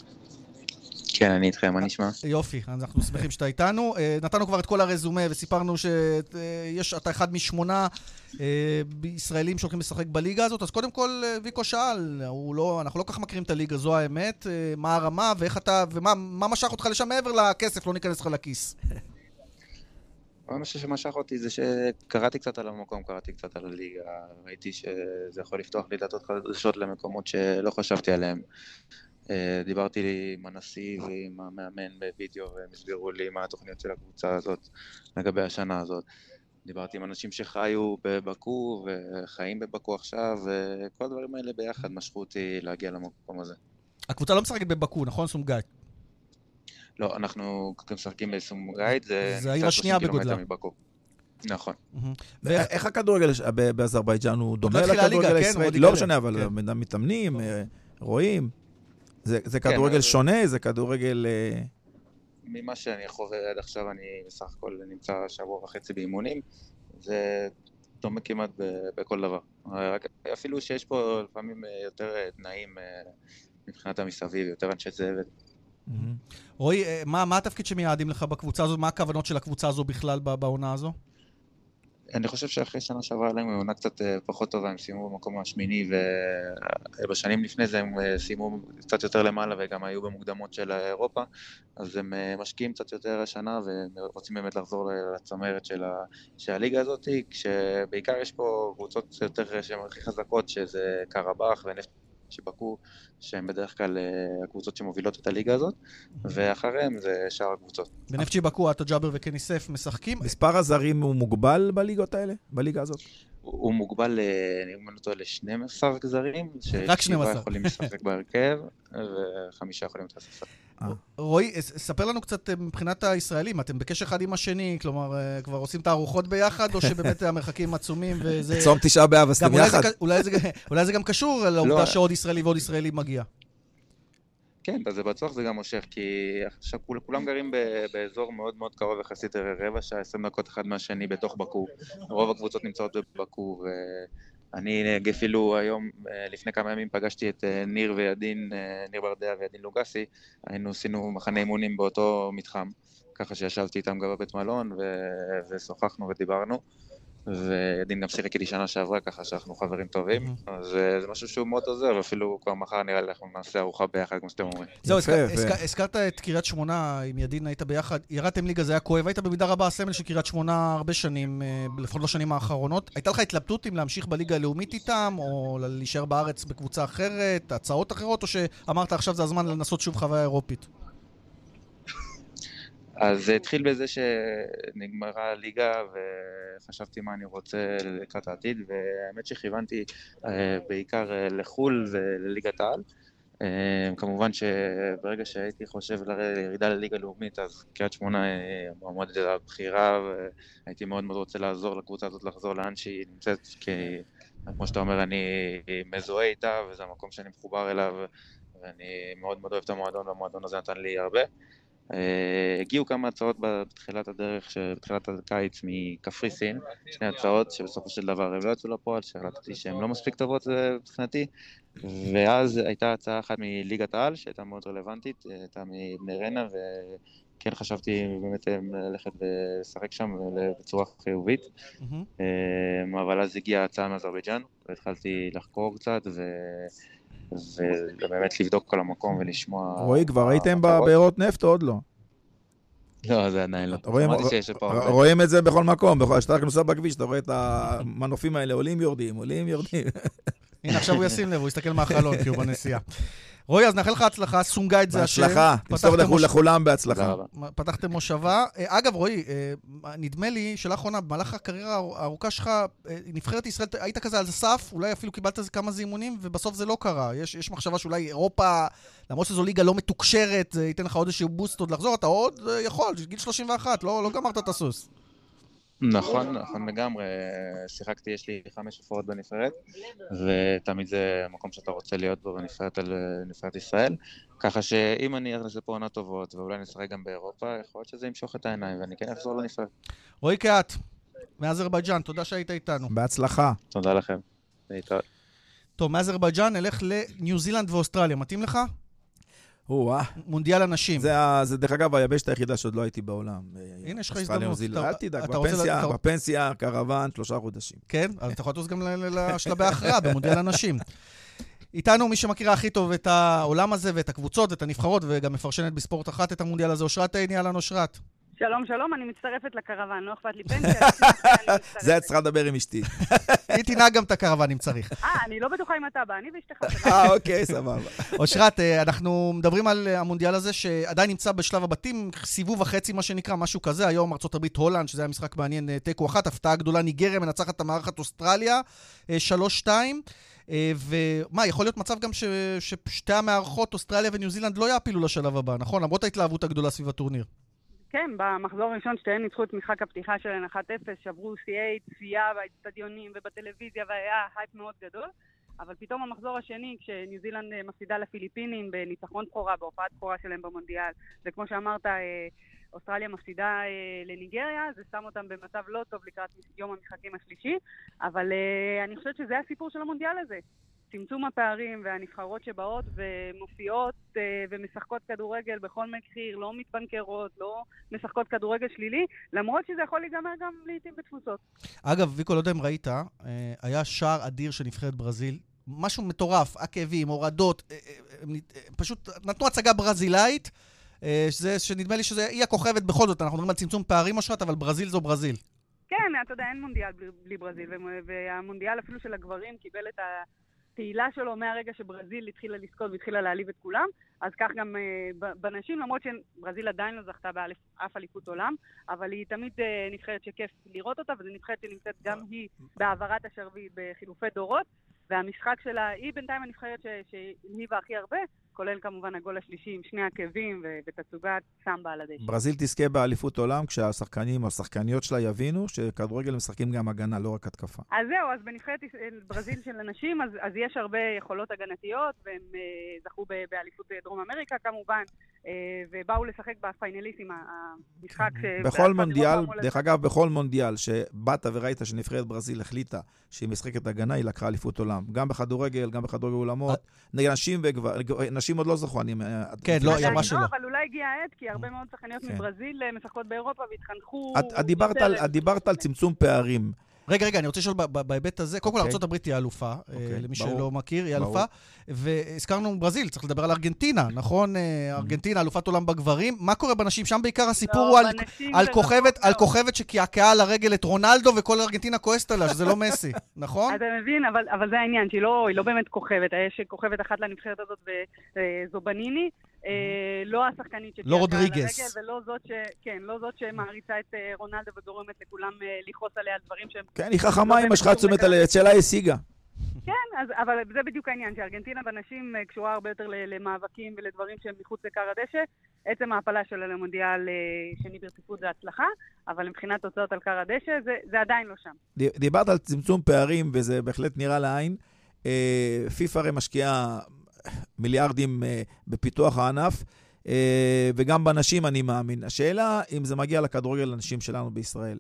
כן, אני איתכם, מה נשמע? יופי, אנחנו שמחים שאתה איתנו. נתנו כבר את כל הרזומה וסיפרנו שאתה אחד משמונה ישראלים שהולכים לשחק בליגה הזאת. אז קודם כל, ויקו שאל, אנחנו לא כך מכירים את הליגה, זו האמת. מה הרמה ומה משך אותך לשם מעבר לכסף, לא ניכנס לך לכיס. מה שמשך אותי זה שקראתי קצת על המקום, קראתי קצת על הליגה, ראיתי שזה יכול לפתוח לי דלתות חדשות למקומות שלא חשבתי עליהם. דיברתי עם הנשיא ועם המאמן בווידאו והם הסבירו לי מה התוכניות של הקבוצה הזאת לגבי השנה הזאת. דיברתי עם אנשים שחיו בבקו וחיים בבקו עכשיו, וכל הדברים האלה ביחד משכו אותי להגיע למקום הזה. הקבוצה לא משחקת בבקו, נכון? סומגאית? לא, אנחנו משחקים בסומגאית, זה העיר השנייה בגודלה. נכון. איך הכדורגל באזרבייג'אן הוא דומה לכדורגל הישראלי? לא משנה, אבל מתאמנים, רואים. זה כדורגל שונה? זה כדורגל... ממה שאני חווה עד עכשיו, אני בסך הכל נמצא שבוע וחצי באימונים, זה דומה כמעט בכל דבר. אפילו שיש פה לפעמים יותר תנאים מבחינת המסביב, יותר אנשי צוות. רועי, מה התפקיד שמייעדים לך בקבוצה הזו? מה הכוונות של הקבוצה הזו בכלל בעונה הזו? אני חושב שאחרי שנה שעברה להם עונה קצת פחות טובה, הם סיימו במקום השמיני, ובשנים לפני זה הם סיימו קצת יותר למעלה וגם היו במוקדמות של אירופה, אז הם משקיעים קצת יותר השנה ורוצים באמת לחזור לצמרת של הליגה הזאת, כשבעיקר יש פה קבוצות יותר שהן הכי חזקות, שזה קרבח ונפט שבקו, שהם בדרך כלל הקבוצות שמובילות את הליגה הזאת, ואחריהם זה שאר הקבוצות. בנפצ'י בקו, אתה ג'אבר וכניסף משחקים? מספר הזרים הוא מוגבל בליגות האלה? בליגה הזאת? הוא מוגבל, נאמן אותו ל-12 גזרים, רק 12. ש7 יכולים לשחק בהרכב, ו5 יכולים להיות הספסל. רועי, ספר לנו קצת מבחינת הישראלים, אתם בקשר אחד עם השני, כלומר, כבר עושים תערוכות ביחד, או שבאמת המרחקים עצומים וזה... צום 9 באב, אז אתם יחד. אולי זה גם קשור לעובדה שעוד ישראלי ועוד ישראלי מגיע. כן, אז זה בטוח זה גם מושך, כי עכשיו כולם גרים באזור מאוד מאוד קרוב יחסית, רבע שעה, 20 דקות אחד מהשני בתוך בקו. רוב הקבוצות נמצאות בבקו, ואני אפילו היום, לפני כמה ימים פגשתי את ניר ברדע וידין לוגסי, עשינו מחנה אימונים באותו מתחם, ככה שישבתי איתם גם בבית מלון, ושוחחנו ודיברנו. וידין גם שיחק איתי שנה שעברה, ככה שאנחנו חברים טובים, אז זה משהו שהוא מאוד עוזר, ואפילו כבר מחר נראה לי אנחנו נעשה ארוחה ביחד, כמו שאתם אומרים. זהו, הזכרת את קריית שמונה, עם ידין היית ביחד, ירדתם ליגה, זה היה כואב, היית במידה רבה הסמל של קריית שמונה הרבה שנים, לפחות בשנים האחרונות. הייתה לך התלבטות אם להמשיך בליגה הלאומית איתם, או להישאר בארץ בקבוצה אחרת, הצעות אחרות, או שאמרת עכשיו זה הזמן לנסות שוב חוויה אירופית? אז זה התחיל בזה שנגמרה הליגה וחשבתי מה אני רוצה לקראת העתיד, והאמת שכיוונתי בעיקר לחול ולליגת העל. כמובן שברגע שהייתי חושב לירידה לליגה לאומית, אז קריית שמונה מועמדת לבחירה, והייתי מאוד מאוד רוצה לעזור לקבוצה הזאת לחזור לאן שהיא נמצאת, כי כמו שאתה אומר אני מזוהה איתה וזה המקום שאני מחובר אליו, ואני מאוד מאוד אוהב את המועדון, והמועדון הזה נתן לי הרבה. הגיעו כמה הצעות בתחילת הדרך, בתחילת הקיץ מקפריסין, שני הצעות שבסופו של דבר הם לא יצאו לפועל, שהחלטתי שהן לא מספיק טובות מבחינתי, ואז הייתה הצעה אחת מליגת העל שהייתה מאוד רלוונטית, הייתה מבני ריינה, וכן חשבתי באמת ללכת ולשחק שם בצורה חיובית, אבל אז הגיעה הצעה מאזרבייג'אן, והתחלתי לחקור קצת ובאמת לבדוק כל המקום ולשמוע... רועי, כבר ראיתם בבארות נפט או עוד לא? לא, זה עדיין לא. רואים את זה בכל מקום, כשאתה רק נוסע בכביש, אתה רואה את המנופים האלה, עולים יורדים. הנה, עכשיו הוא ישים לב, הוא יסתכל מהחלון, כי הוא בנסיעה. רועי, אז נאחל לך הצלחה, סונגייט זה השם. בהצלחה, תמסור לכולם בהצלחה. פתחתם מושבה. אגב, רועי, נדמה לי שלאחרונה, במהלך הקריירה הארוכה שלך, נבחרת ישראל, היית כזה על סף, אולי אפילו קיבלת כמה זימונים, ובסוף זה לא קרה. יש מחשבה שאולי אירופה, למרות שזו ליגה לא מתוקשרת, זה ייתן לך עוד איזשהו בוסט עוד לחזור, אתה עוד יכול, גיל 31, לא גמרת את הסוס. נכון לגמרי, שיחקתי, יש לי 5 הופעות בנבחרת, ותמיד זה מקום שאתה רוצה להיות בו בנבחרת ישראל, ככה שאם אני אעשה פה עונות טובות, ואולי נשחק גם באירופה, יכול להיות שזה ימשוך את העיניים, ואני כן אחזור לנבחרת. רועי קהת, מאזרבייג'אן, תודה שהיית איתנו. בהצלחה. תודה לכם. טוב, מאזרבייג'אן נלך לניו זילנד ואוסטרליה, מתאים לך? מונדיאל הנשים. זה דרך אגב היבשת היחידה שעוד לא הייתי בעולם. הנה, יש לך הזדמנות. אל תדאג, בפנסיה, קרוון, 3 חודשים. כן, אז אתה יכול לטוס גם לשלבי ההכרעה במונדיאל הנשים. איתנו מי שמכירה הכי טוב את העולם הזה ואת הקבוצות ואת הנבחרות, וגם מפרשנת בספורט אחת את המונדיאל הזה. אושרת עיני, אהלן אושרת. שלום, אני מצטרפת לקרוון, לא אכפת לי פנסיה. זה את צריכה לדבר עם אשתי. היא תנהג גם את הקרוון אם צריך. אני לא בטוחה אם אתה בא, אני ואשתך. אוקיי, סבבה. אושרת, אנחנו מדברים על המונדיאל הזה שעדיין נמצא בשלב הבתים, סיבוב וחצי מה שנקרא, משהו כזה, היום ארצות הברית הולנד, שזה היה משחק מעניין, תיקו 1, הפתעה גדולה, ניגריה מנצחת את המארחת אוסטרליה, 3-2, ומה, יכול להיות מצב גם ששתי המארחות, אוסטרליה וניו זילנד, לא יעפילו לשלב הבא, נכון? למרות ההתלהבות הגדולה סביב הטורניר. כן, במחזור הראשון שתיהן ניצחו את משחק הפתיחה שלהן 1-0, שברו שיאי צפייה באצטדיונים ובטלוויזיה, והיה הייפ מאוד גדול, אבל פתאום המחזור השני, כשניו זילנד מפסידה לפיליפינים בניצחון בכורה, בהופעת בכורה שלהם במונדיאל, וכמו שאמרת, אוסטרליה מפסידה לניגריה, זה שם אותם במצב לא טוב לקראת יום המשחקים השלישי, אבל אני חושבת שזה הסיפור של המונדיאל הזה. צמצום הפערים והנבחרות שבאות ומופיעות ומשחקות כדורגל בכל מחיר, לא מתבנקרות, לא משחקות כדורגל שלילי, למרות שזה יכול להיגמר גם לעתים בתפוסות. אגב, ויקו, לא יודע אם ראית, היה שער אדיר של נבחרת ברזיל, משהו מטורף, עקבים, הורדות, פשוט נתנו הצגה ברזילאית, שנדמה לי שזה היא הכוכבת בכל זאת, אנחנו מדברים על צמצום פערים אושרת, אבל ברזיל זו ברזיל. כן, אתה יודע, אין מונדיאל בלי ברזיל, והמונדיאל אפילו של הגברים קיבל את התהילה שלו מהרגע שברזיל התחילה לזכות והתחילה להעליב את כולם, אז כך גם בנשים, למרות שברזיל עדיין לא זכתה באף אליפות עולם, אבל היא תמיד נבחרת שכיף לראות אותה, וזו נבחרת שנמצאת גם היא בהעברת השרביט, בחילופי דורות, והמשחק שלה היא בינתיים הנבחרת שהלהיבה הכי הרבה, כולל כמובן הגול השלישי עם שני עקבים ותצוגת סמבה על הדשא. ברזיל תזכה באליפות עולם כשהשחקנים או השחקניות שלה יבינו שכדורגל משחקים גם הגנה, לא רק התקפה. אז זהו, אז בנבחרת ברזיל של הנשים, אז יש הרבה יכולות הגנתיות, והם זכו באליפות דרום אמריקה כמובן, ובאו לשחק בפיינליסט עם המשחק בכל מונדיאל, דרך אגב, בכל מונדיאל שבאת וראית שנבחרת ברזיל החליטה שהיא משחקת הגנה, היא לקחה אליפות עולם. גם בכדורגל, גם בכדורגל אולמות, נשים וגבר, נשים עוד לא זכו, כן, לא, היא אמרה שלא. אבל אולי הגיע העת, כי הרבה מאוד שחקניות מברזיל משחקות באירופה והתחנכו... את דיברת על צמצום פערים. רגע, אני רוצה לשאול בהיבט הזה, קודם כל ארצות הברית היא אלופה, למי שלא מכיר, היא אלופה, והזכרנו ברזיל, צריך לדבר על ארגנטינה, נכון? ארגנטינה, אלופת עולם בגברים, מה קורה בנשים? שם בעיקר הסיפור הוא על כוכבת שקעקעה על הרגל את רונלדו, וכל ארגנטינה כועסת עליה, שזה לא מסי, נכון? אתה מבין, אבל זה העניין, שהיא לא באמת כוכבת, יש כוכבת אחת לנבחרת הזאת וזובניני, לא השחקנית לא רודריגס. ולא זאת שמעריצה את רונלדו וגורמת לכולם לכעוס עליה על דברים שהם... כן, היא חכמה עם השחת תשומת הלב, שלה השיגה. כן, אבל זה בדיוק העניין, שארגנטינה בנשים קשורה הרבה יותר למאבקים ולדברים שהם מחוץ לקר הדשא. עצם ההפלה שלה למונדיאל שני ברציפות זה הצלחה, אבל מבחינת תוצאות על קר הדשא זה עדיין לא שם. דיברת על צמצום פערים, וזה בהחלט נראה לעין. פיפ"א הרי משקיעה מיליארדים בפיתוח הענף, וגם בנשים אני מאמין. השאלה אם זה מגיע לכדורגל לנשים שלנו בישראל.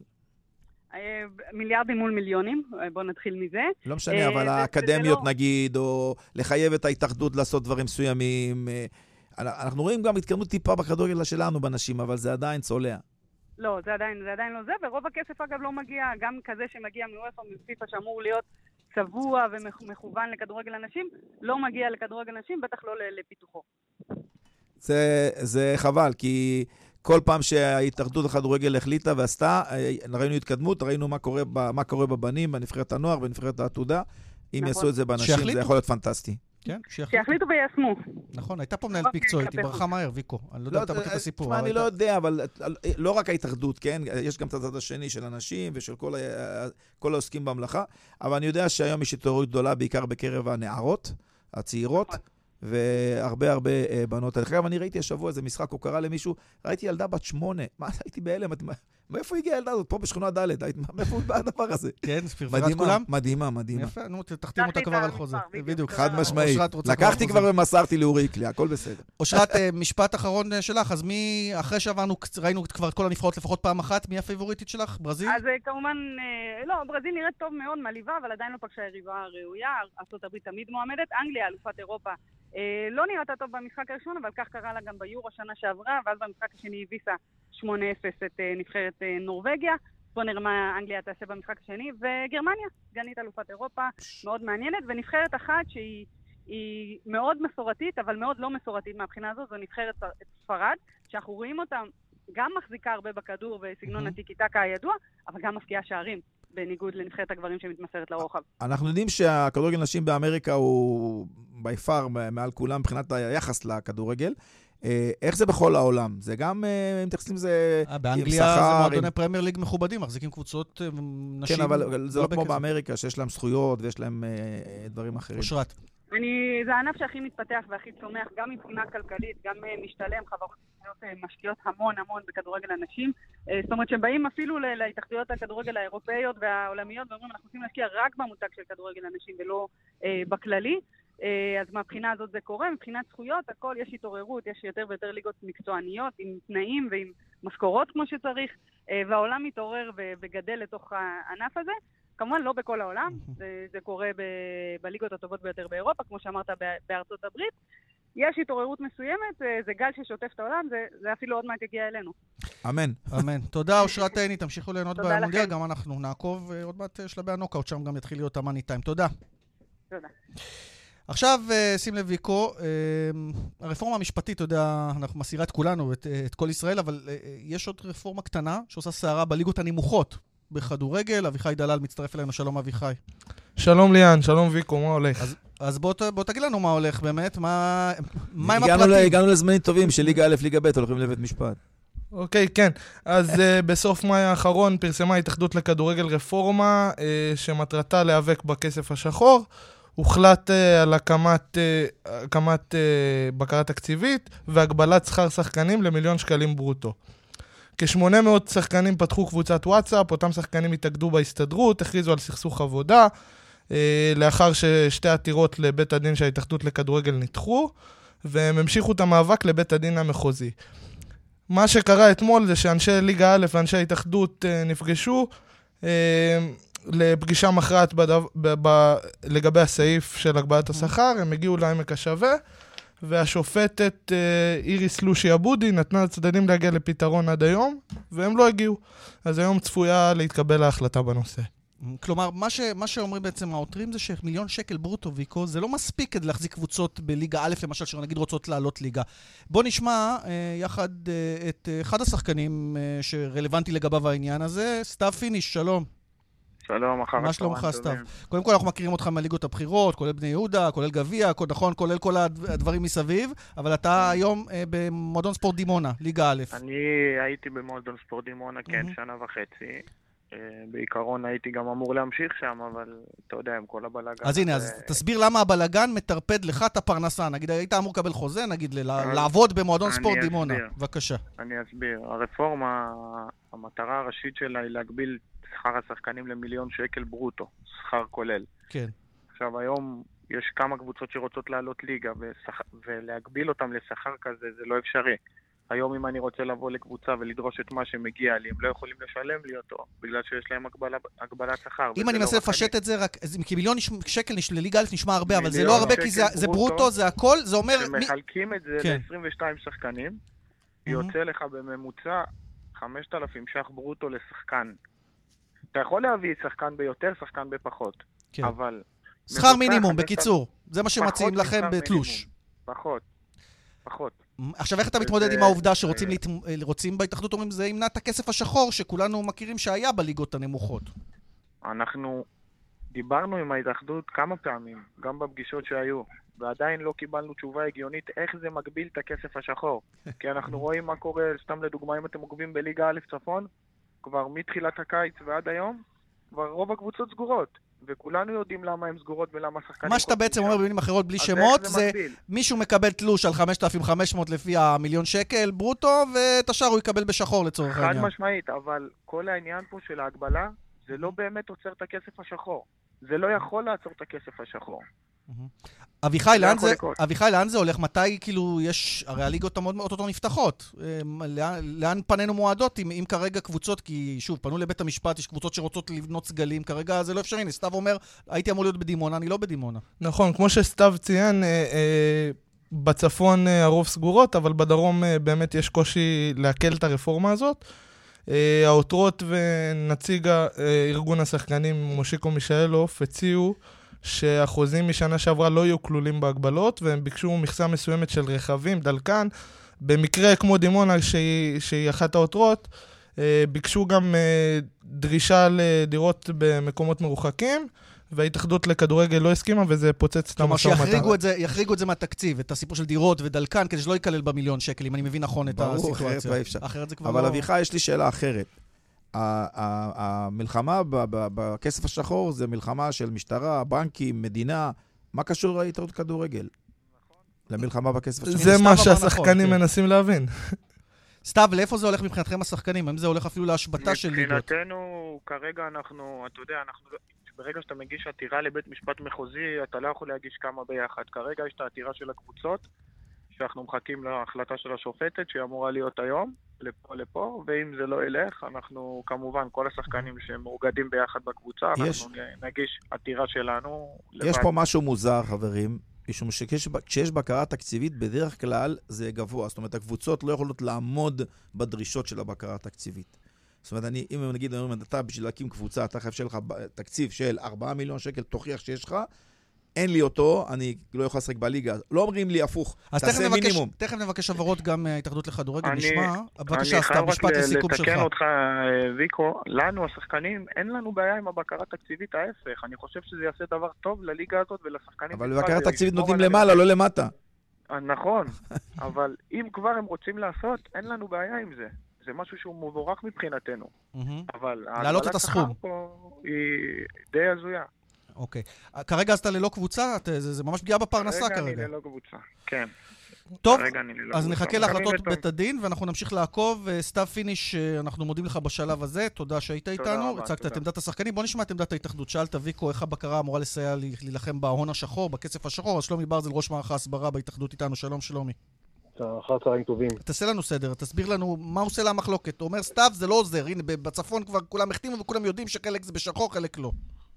מיליארדים מול מיליונים, בואו נתחיל מזה. לא משנה, אבל האקדמיות נגיד, או לחייב את ההתאחדות לעשות דברים מסוימים. אנחנו רואים גם התקדמות טיפה בכדורגל שלנו בנשים, אבל זה עדיין צולע. לא, זה עדיין לא זה, ורוב הכסף אגב לא מגיע, גם כזה שמגיע מאופה מפיפ"א שאמור להיות צבוע ומכוון לכדורגל הנשים, לא מגיע לכדורגל נשים, בטח לא לפיתוחו. זה חבל, כי כל פעם שההתאחדות לכדורגל החליטה ועשתה, ראינו התקדמות, ראינו מה קורה בבנים, בנבחרת הנוער, בנבחרת העתודה. אם יעשו את זה באנשים, זה יכול להיות פנטסטי. שיחליטו ויישמו. נכון, הייתה פה מנהלת מקצועית, היא ברכה מהר, ויקו. אני לא יודע, אתה מכיר את הסיפור. אני לא יודע, אבל לא רק ההתאחדות, כן? יש גם את הצד השני של אנשים ושל כל העוסקים במלאכה, אבל אני יודע שהיום יש התעוררות גדולה, בעיקר בקרב הנערות, הצעירות, והרבה בנות. אגב, אני ראיתי השבוע איזה משחק, או קרא למישהו, ראיתי ילדה בת 8, מה, הייתי בהלם, מאיפה הגיעה הילדה הזאת? פה בשכונה ד', מאיפה הוא בא הדבר הזה? כן, פרפרת כולם? מדהימה. יפה, נו, תחתים אותה כבר על חוזה. בדיוק, חד משמעית. לקחתי כבר ומסרתי לאורי קלי, הכל בסדר. אושרת, משפט אחרון שלך, אז מי, אחרי שעברנו, ראינו כבר את כל הנבחרות לפחות פעם אחת, מי הפייבוריטית שלך? ברזיל? אז כמובן, לא, ברזיל נראית טוב מאוד מעליבה, אבל עדיין לא פגשה יריבה ראויה. ארצות הברית תמיד מועמדת. אנגליה, אלופת אירופה, לא נראתה טוב במשחק הראשון, אבל כך קרה לה גם ביורו שנה שעברה, ואז במשחק השני הביסה 8-0 את נבחרת נורווגיה. בוא נראה מה אנגליה תעשה במשחק השני, וגרמניה, סגנית אלופת אירופה, מאוד מעניינת, ונבחרת אחת שהיא מאוד מסורתית, אבל מאוד לא מסורתית מהבחינה הזו, זו נבחרת ספרד, שאנחנו רואים אותה גם מחזיקה הרבה בכדור בסגנון הטיקי-טקה הידוע, אבל גם מפקיעה שערים. בניגוד לנבחרת הגברים שמתמסרת לרוחב. אנחנו יודעים שהכדורגל נשים באמריקה הוא ביפר מעל כולם מבחינת היחס לכדורגל. איך זה בכל העולם? זה גם, אם תחסים זה... באנגליה זה מועדוני פרמייר ליג מכובדים, מחזיקים קבוצות נשים... כן, אבל זה לא כמו באמריקה, שיש להם זכויות ויש להם דברים אחרים. אושרת. זה הענף שהכי מתפתח והכי צומח, גם מבחינה כלכלית, גם משתלם, חברות משקיעות המון בכדורגל הנשים. זאת אומרת שבאים אפילו להתאחדויות הכדורגל האירופאיות והעולמיות, ואומרים, אנחנו רוצים להשקיע רק במותג של כדורגל הנשים ולא בכללי. אז מהבחינה הזאת זה קורה, מבחינת זכויות, הכל, יש התעוררות, יש יותר ויותר ליגות מקצועניות, עם תנאים ועם משכורות כמו שצריך, והעולם מתעורר וגדל לתוך הענף הזה. כמובן לא בכל העולם, זה קורה בליגות הטובות ביותר באירופה, כמו שאמרת בארצות הברית. יש התעוררות מסוימת, זה גל ששוטף את העולם, זה אפילו עוד מעט יגיע אלינו. אמן. אמן. תודה, אושרת עיני, תמשיכו ליהנות במונדיאל, גם אנחנו נעקוב עוד מעט שלבי הנוקאוט, שם גם יתחיל להיות המאני טיים. תודה. תודה. עכשיו, שים לב ויקו, הרפורמה המשפטית, אתה יודע, אנחנו מסירה את כולנו, את כל ישראל, אבל יש עוד רפורמה קטנה שעושה שערה בליגות הנמוכות בכדורגל. אביחי דלל מצטרף אלינו, שלום אביחי. שלום ליאן, שלום ויקו, מה הולך? אז בוא תגיד לנו מה הולך באמת, מה עם הפרטים? הגענו לזמנים טובים של ליגה א', ליגה ב', הולכים לבית משפט. אוקיי, כן. אז בסוף מאי האחרון פרסמה ההתאחדות לכדורגל רפורמה שמטרתה להיאבק בכסף השחור. הוחלט על הקמת בקרה תקציבית והגבלת שכר שחקנים ל1,000,000 שקלים ברוטו. כ-800 שחקנים פתחו קבוצת וואטסאפ, אותם שחקנים התאגדו בהסתדרות, הכריזו על סכסוך עבודה, לאחר ששתי עתירות לבית הדין של ההתאחדות לכדורגל נדחו, והם המשיכו את המאבק לבית הדין המחוזי. מה שקרה אתמול זה שאנשי ליגה א' ואנשי ההתאחדות נפגשו לפגישה מכרעת לגבי הסעיף של הגבלת השכר, הם הגיעו לעמק השווה, והשופטת איריס לושי אבודי נתנה לצדדים להגיע לפתרון עד היום, והם לא הגיעו. אז היום צפויה להתקבל ההחלטה בנושא. כלומר, מה שאומרים בעצם העותרים זה ש1,000,000 שקל ברוטו ויקו, זה לא מספיק כדי להחזיק קבוצות בליגה א', למשל, שנגיד רוצות לעלות ליגה. בוא נשמע יחד את אחד השחקנים שרלוונטי לגביו העניין הזה, סתיו פיניש, שלום. שלום, אחר מה שלומך, סתיו? קודם כל אנחנו מכירים אותך מהליגות הבחירות, כולל בני יהודה, כולל גביע, נכון, כולל כל הדברים מסביב, אבל אתה היום במועדון ספורט דימונה, ליגה א'. אני הייתי במועדון ספורט דימונה, כן, 1.5 שנה. בעיקרון הייתי גם אמור להמשיך שם, אבל אתה יודע, עם כל הבלגן. אז הנה, אז תסביר למה הבלגן מטרפד לך את הפרנסה. נגיד, היית אמור לקבל חוזה, נגיד, לעבוד במועדון ספורט דימונה. בבקשה. אני אסביר. הרפורמה, המטרה הראשית שלה היא להגביל שכר השחקנים ל1,000,000 שקל ברוטו, שכר כולל. כן. עכשיו, היום יש כמה קבוצות שרוצות לעלות ליגה, ולהגביל אותם לשכר כזה, זה לא אפשרי. היום אם אני רוצה לבוא לקבוצה ולדרוש את מה שמגיע לי, הם לא יכולים לשלם לי אותו, בגלל שיש להם הגבלת שכר. אם אני מנסה לפשט את זה, כי 1,000,000 שקל לליגה א' נשמע הרבה, אבל זה לא הרבה, כי זה ברוטו, זה הכל, זה אומר... שמחלקים את זה ל-22 שחקנים, יוצא לך בממוצע 5,000 ש"ח ברוטו לשחקן. אתה יכול להביא שחקן ביותר, שחקן בפחות, אבל... שכר מינימום, בקיצור. זה מה שמציעים לכם בתלוש. פחות. עכשיו, איך אתה מתמודד עם העובדה שרוצים בהתאחדות, אומרים, זה ימנע את הכסף השחור שכולנו מכירים שהיה בליגות הנמוכות? אנחנו דיברנו עם ההתאחדות כמה פעמים, גם בפגישות שהיו, ועדיין לא קיבלנו תשובה הגיונית איך זה מגביל את הכסף השחור. כי אנחנו רואים מה קורה, סתם לדוגמה, אם אתם עוקבים בליגה א' צפון, כבר מתחילת הקיץ ועד היום, כבר רוב הקבוצות סגורות. וכולנו יודעים למה הן סגורות ולמה שחקנים... מה שאתה בעצם אומר במילים אחרות בלי שמות, זה מישהו מקבל תלוש על 5,500 לפי ה1,000,000 שקל ברוטו, ואת השאר הוא יקבל בשחור לצורך העניין. חד משמעית, אבל כל העניין פה של ההגבלה, זה לא באמת עוצר את הכסף השחור. זה לא יכול לעצור את הכסף השחור. אביחי, לאן זה הולך? מתי, כאילו, יש... הרי הליגות אותו נפתחות. לאן פנינו מועדות אם כרגע קבוצות, כי שוב, פנו לבית המשפט, יש קבוצות שרוצות לבנות סגלים, כרגע זה לא אפשרי. הנה, סתיו אומר, הייתי אמור להיות בדימונה, אני לא בדימונה. נכון, כמו שסתיו ציין, בצפון הרוב סגורות, אבל בדרום באמת יש קושי להקל את הרפורמה הזאת. העותרות ונציג ארגון השחקנים, מושיקו מישאלוף, הציעו שהחוזים משנה שעברה לא יהיו כלולים בהגבלות, והם ביקשו מכסה מסוימת של רכבים, דלקן. במקרה כמו דימונה, שהיא אחת העותרות, ביקשו גם דרישה לדירות במקומות מרוחקים, וההתאחדות לכדורגל לא הסכימה, וזה פוצץ את המשא ומתן. כלומר, שיחריגו את זה מהתקציב, את הסיפור של דירות ודלקן, כדי שלא ייכלל ב1,000,000 שקל, אם אני מבין נכון את הסיטואציה. אחרת זה כבר לא... אבל אביחי, יש לי שאלה אחרת. המלחמה בכסף השחור זה מלחמה של משטרה, בנקים, מדינה. מה קשור להתאחדות כדורגל? למלחמה בכסף השחור. זה מה שהשחקנים מנסים להבין. סתיו, לאיפה זה הולך מבחינתכם השחקנים? האם זה הולך אפילו להשבתה של ליגות? מבחינתנו, כרגע אנחנו, אתה יודע, ברגע שאתה מגיש עתירה לבית משפט מחוזי, אתה לא יכול להגיש כמה ביחד. כרגע יש את העתירה של הקבוצות, שאנחנו מחכים להחלטה של השופטת, שהיא אמורה להיות היום, לפה, ואם זה לא ילך, אנחנו כמובן, כל השחקנים שמאוגדים ביחד בקבוצה, אנחנו נגיש עתירה שלנו. יש פה משהו מוזר, חברים, משום שכשיש בקרה תקציבית, בדרך כלל זה גבוה. זאת אומרת, הקבוצות לא יכולות לעמוד בדרישות של הבקרה התקציבית. זאת אומרת, אם נגיד, אתה בשביל להקים קבוצה, אתה חייב שיהיה לך תקציב של 4 מיליון שקל, תוכיח שיש לך, אין לי אותו, אני לא יכול לשחק בליגה. לא אומרים לי הפוך, תעשה מינימום. תכף נבקש עברות גם מההתאחדות לכדורגל, נשמע. בבקשה, סתיו, משפט לסיכום שלך. אני חייב רק לתקן אותך, ויקו, לנו, השחקנים, אין לנו בעיה עם הבקרה התקציבית, ההפך. אני חושב שזה יעשה דבר טוב לליגה הזאת ולשחקנים. אבל בבקרה התקציבית נותנים למעלה, לא למטה. נכון, אבל אם כבר הם רוצים לעשות, אין לנו בעיה עם זה. זה משהו שהוא מבורך מבחינתנו. אבל להעלות את הסכום היא די הזויה. אוקיי. כרגע אז אתה ללא קבוצה? זה ממש פגיעה בפרנסה כרגע. כרגע אני ללא קבוצה, כן. טוב, אז נחכה להחלטות בית הדין, ואנחנו נמשיך לעקוב. סתיו פיניש, אנחנו מודים לך בשלב הזה. תודה שהיית איתנו. הצגת את עמדת השחקנים. בוא נשמע את עמדת ההתאחדות. שאלת ויקו, איך הבקרה אמורה לסייע להילחם בהון השחור, בכסף השחור. אז שלומי ברזל, ראש מערך ההסברה בהתאחדות איתנו. שלום, שלומי. אחר צהריים טובים. תעשה לנו סדר, תסביר לנו מה עושה לה המחלוקת. הוא אומר, סתיו, זה לא עוזר. הנה, בצפון כבר כולם החתימו וכולם יודעים שחלק זה בשחור, חלק לא.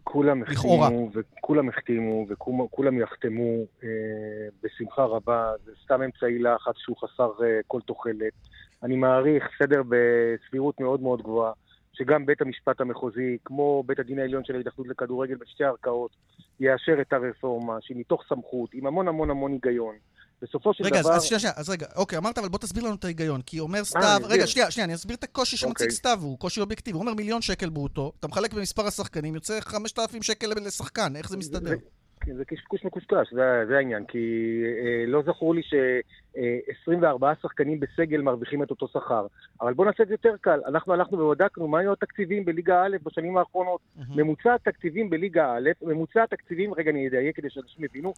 כולם החתימו וכולם יחתמו בשמחה רבה. זה סתם אמצעי לחץ שהוא חסר כל תוחלת. אני מעריך סדר בסבירות מאוד מאוד גבוהה, שגם בית המשפט המחוזי, כמו בית הדין העליון של ההתאחדות לכדורגל בשתי ערכאות, יאשר את הרפורמה, שהיא מתוך סמכות, עם המון המון המון היגיון. בסופו של דבר... רגע, אז רגע, אוקיי, אמרת, אבל בוא תסביר לנו את ההיגיון, כי אומר סתיו... רגע, שנייה, אני אסביר את הקושי שמציג סתיו, הוא קושי אובייקטיבי. הוא אומר 1,000,000 שקל ברוטו, אתה מחלק במספר השחקנים, יוצא 5,000 שקל לשחקן, איך זה מסתדר? זה קשקוש מקושקש, זה העניין, כי לא זכור לי ש24 שחקנים בסגל מרוויחים את אותו שכר. אבל בוא נעשה את זה יותר קל. אנחנו הלכנו ובדקנו מה היו התקציבים בליגה א' בשנים האחרונות. ממוצע התקציבים בליגה א', ממוצע התקציבים, רגע אני אדייק כדי שאנשים יבינו,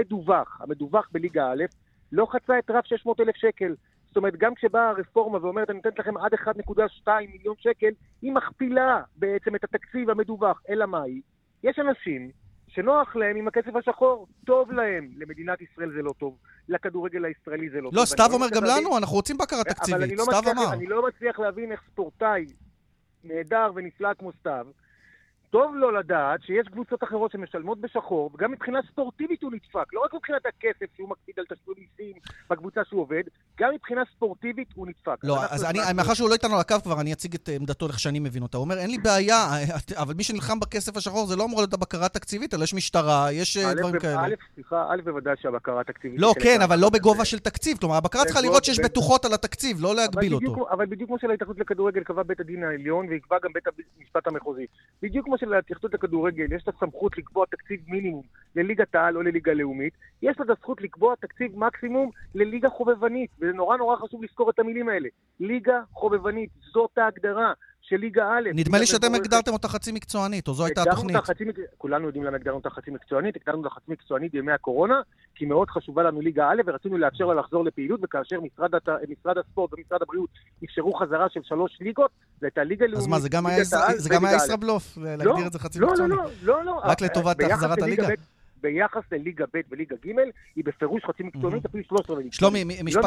המדווח בליגה א', לא חצה את רף 600,000 שקל. זאת אומרת, גם כשבאה הרפורמה ואומרת, אני נותנת לכם עד 1.2 מיליון שקל, היא מכפילה בעצם את התקציב המדווח. אלא מה היא? יש אנשים שנוח להם עם הכסף השחור, טוב להם. למדינת ישראל זה לא טוב. לכדורגל הישראלי זה לא טוב. לא, סתיו אומר גם לנו, אנחנו רוצים בקרה תקציבית. סתיו אמר. אני לא מצליח להבין איך ספורטאי נהדר ונפלא כמו סתיו, טוב לו לדעת שיש קבוצות אחרות שמשלמות בשחור, וגם מבחינה ספורטיבית הוא נדפק. לא רק מבחינת הכסף שהוא מקפיד על תשלום מיסים בקבוצה שהוא עובד, גם מבחינה ספורטיבית הוא נדפק. לא, אז מאחר שהוא לא איתנו על הקו כבר, אני אציג את עמדתו איך שאני מבין אותה. הוא אומר, אין לי בעיה, אבל מי שנלחם בכסף השחור זה לא אמור להיות הבקרה התקציבית, אלא יש משטרה, יש דברים כאלה. א' בוודאי שהבקרה התקציבית... לא, כן, אבל לא בגובה של תקציב. כלומר, הבקרה צריכה לראות שיש בטוחות על התקציב, לא להגביל אותו. אבל בדיוק כמו שלהתאחדות לכדורגל קבע בית הדין העליון ויקבע גם בית המשפט המחוזי. בדיוק כמו שלהתאחדות לכדורגל יש לה סמכות לקבוע תקציב מינימום לליגת העל או לליגה לאומית, יש לה זכות לקבוע תקציב מקסימום לליגה חובבנית, וזה נורא נורא חשוב לזכור את המילים האלה. ליגה חובבנית, זאת ההגדרה של ליגה א'. נדמה לי שאתם הגדרתם אותה חצי מקצוענית, או זו הייתה התוכנית. כולנו יודעים למה הגדרנו אותה חצי מקצוענית, הגדרנו אותה חצי מקצוענית בימי הקורונה, כי מאוד חשובה לנו ליגה א', ורצינו לאפשר לה לחזור לפעילות, וכאשר משרד הספורט ומשרד הבריאות אפשרו חזרה של 3 ליגות, זה הייתה ליגה לאומית. אז מה, זה גם היה ישראבלוף, להגדיר את זה חצי מקצוענית? לא. רק לטובת החזרת הליגה? ביחס לליגה ב' וליגה ג' היא בפירוש חצי מקצוענית, אפילו 13 ליגה. שלומי,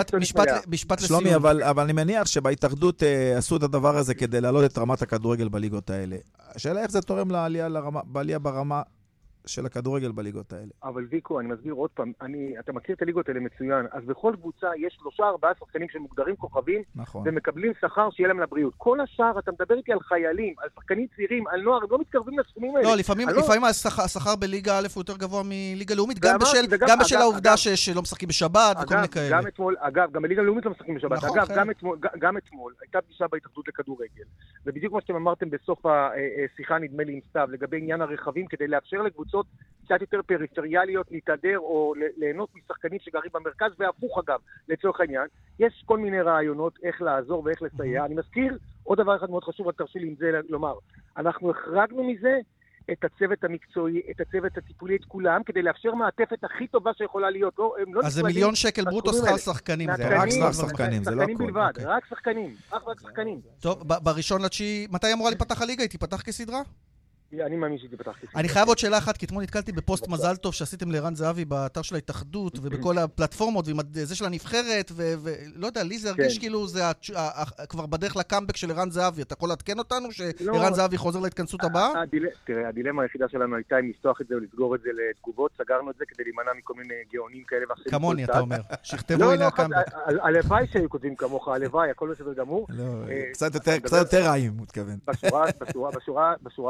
משפט לסיום. שלומי, אבל אני מניח שבהתאחדות עשו את הדבר הזה כדי להעלות את רמת הכדורגל בליגות האלה. השאלה איך זה תורם לעלייה ברמה של הכדורגל בליגות האלה. אבל ויקו, אני מסביר עוד פעם, אתה מכיר את הליגות האלה מצוין, אז בכל קבוצה יש 3-4 שחקנים שמוגדרים כוכבים, ומקבלים שכר שיהיה להם לבריאות. כל השאר, אתה מדבר איתי על חיילים, על שחקנים צעירים, על נוער, הם לא מתקרבים לסכומים האלה. לא, לפעמים השכר בליגה א' הוא יותר גבוה מליגה לאומית, גם בשל העובדה שלא משחקים בשבת וכל מיני כאלה. אגב, גם בליגה לאומית לא משחקים בשבת. אגב, גם אתמול הייתה פגישה בהתאחדות לכדורגל, ובדיוק מה שאתם אמרתם בסוף השיחה, נדמה לי עם סתיו, לגבי עניין הרכבים, כדי לאפשר לקבוצות קצת יותר פריפריאליות להתהדר או ליהנות משחקנים שגרים במרכז, והפוך אגב, לצורך העניין. יש כל מיני רעיונות איך לעזור ואיך לסייע. אני מזכיר עוד דבר אחד מאוד חשוב, תרשי לי עם זה לומר. אנחנו החרגנו מזה את הצוות המקצועי, את הצוות הטיפולי, את כולם, כדי לאפשר מעטפת הכי טובה שיכולה להיות. אז זה 1,000,000 שקל ברוטו שכר שחקנים. זה רק שכר שחקנים, זה לא שחקנים בלבד, רק שחקנים, רק שחקנים. טוב, ב1.9, מתי אמורה להיפתח הליגה? היא תיפתח כסדרה? אני מאמין שהיא תיפתח כסדרה. אני חייב עוד שאלה אחת, כי אתמול נתקלתי בפוסט מזל טוב שעשיתם לערן זהבי באתר של ההתאחדות, ובכל הפלטפורמות, ועם זה של הנבחרת, ולא יודע, לי זה הרגיש כאילו זה כבר בדרך לקאמבק של ערן זהבי. אתה יכול להתקן אותנו שערן זהבי חוזר להתכנסות הבאה? תראה, הדילמה היחידה שלנו הייתה אם לפתוח את זה או לסגור את זה לתגובות, סגרנו את זה כדי להימנע מכל מיני גאונים כאלה ואחרים. כמוני, אתה אומר. שכתבו הנה הקאמבק. הלוואי שהיו כותבים כמוך, הלוואי, הכל בסדר גמור. קצת יותר רעים, מתכוון. בשורה התחתונה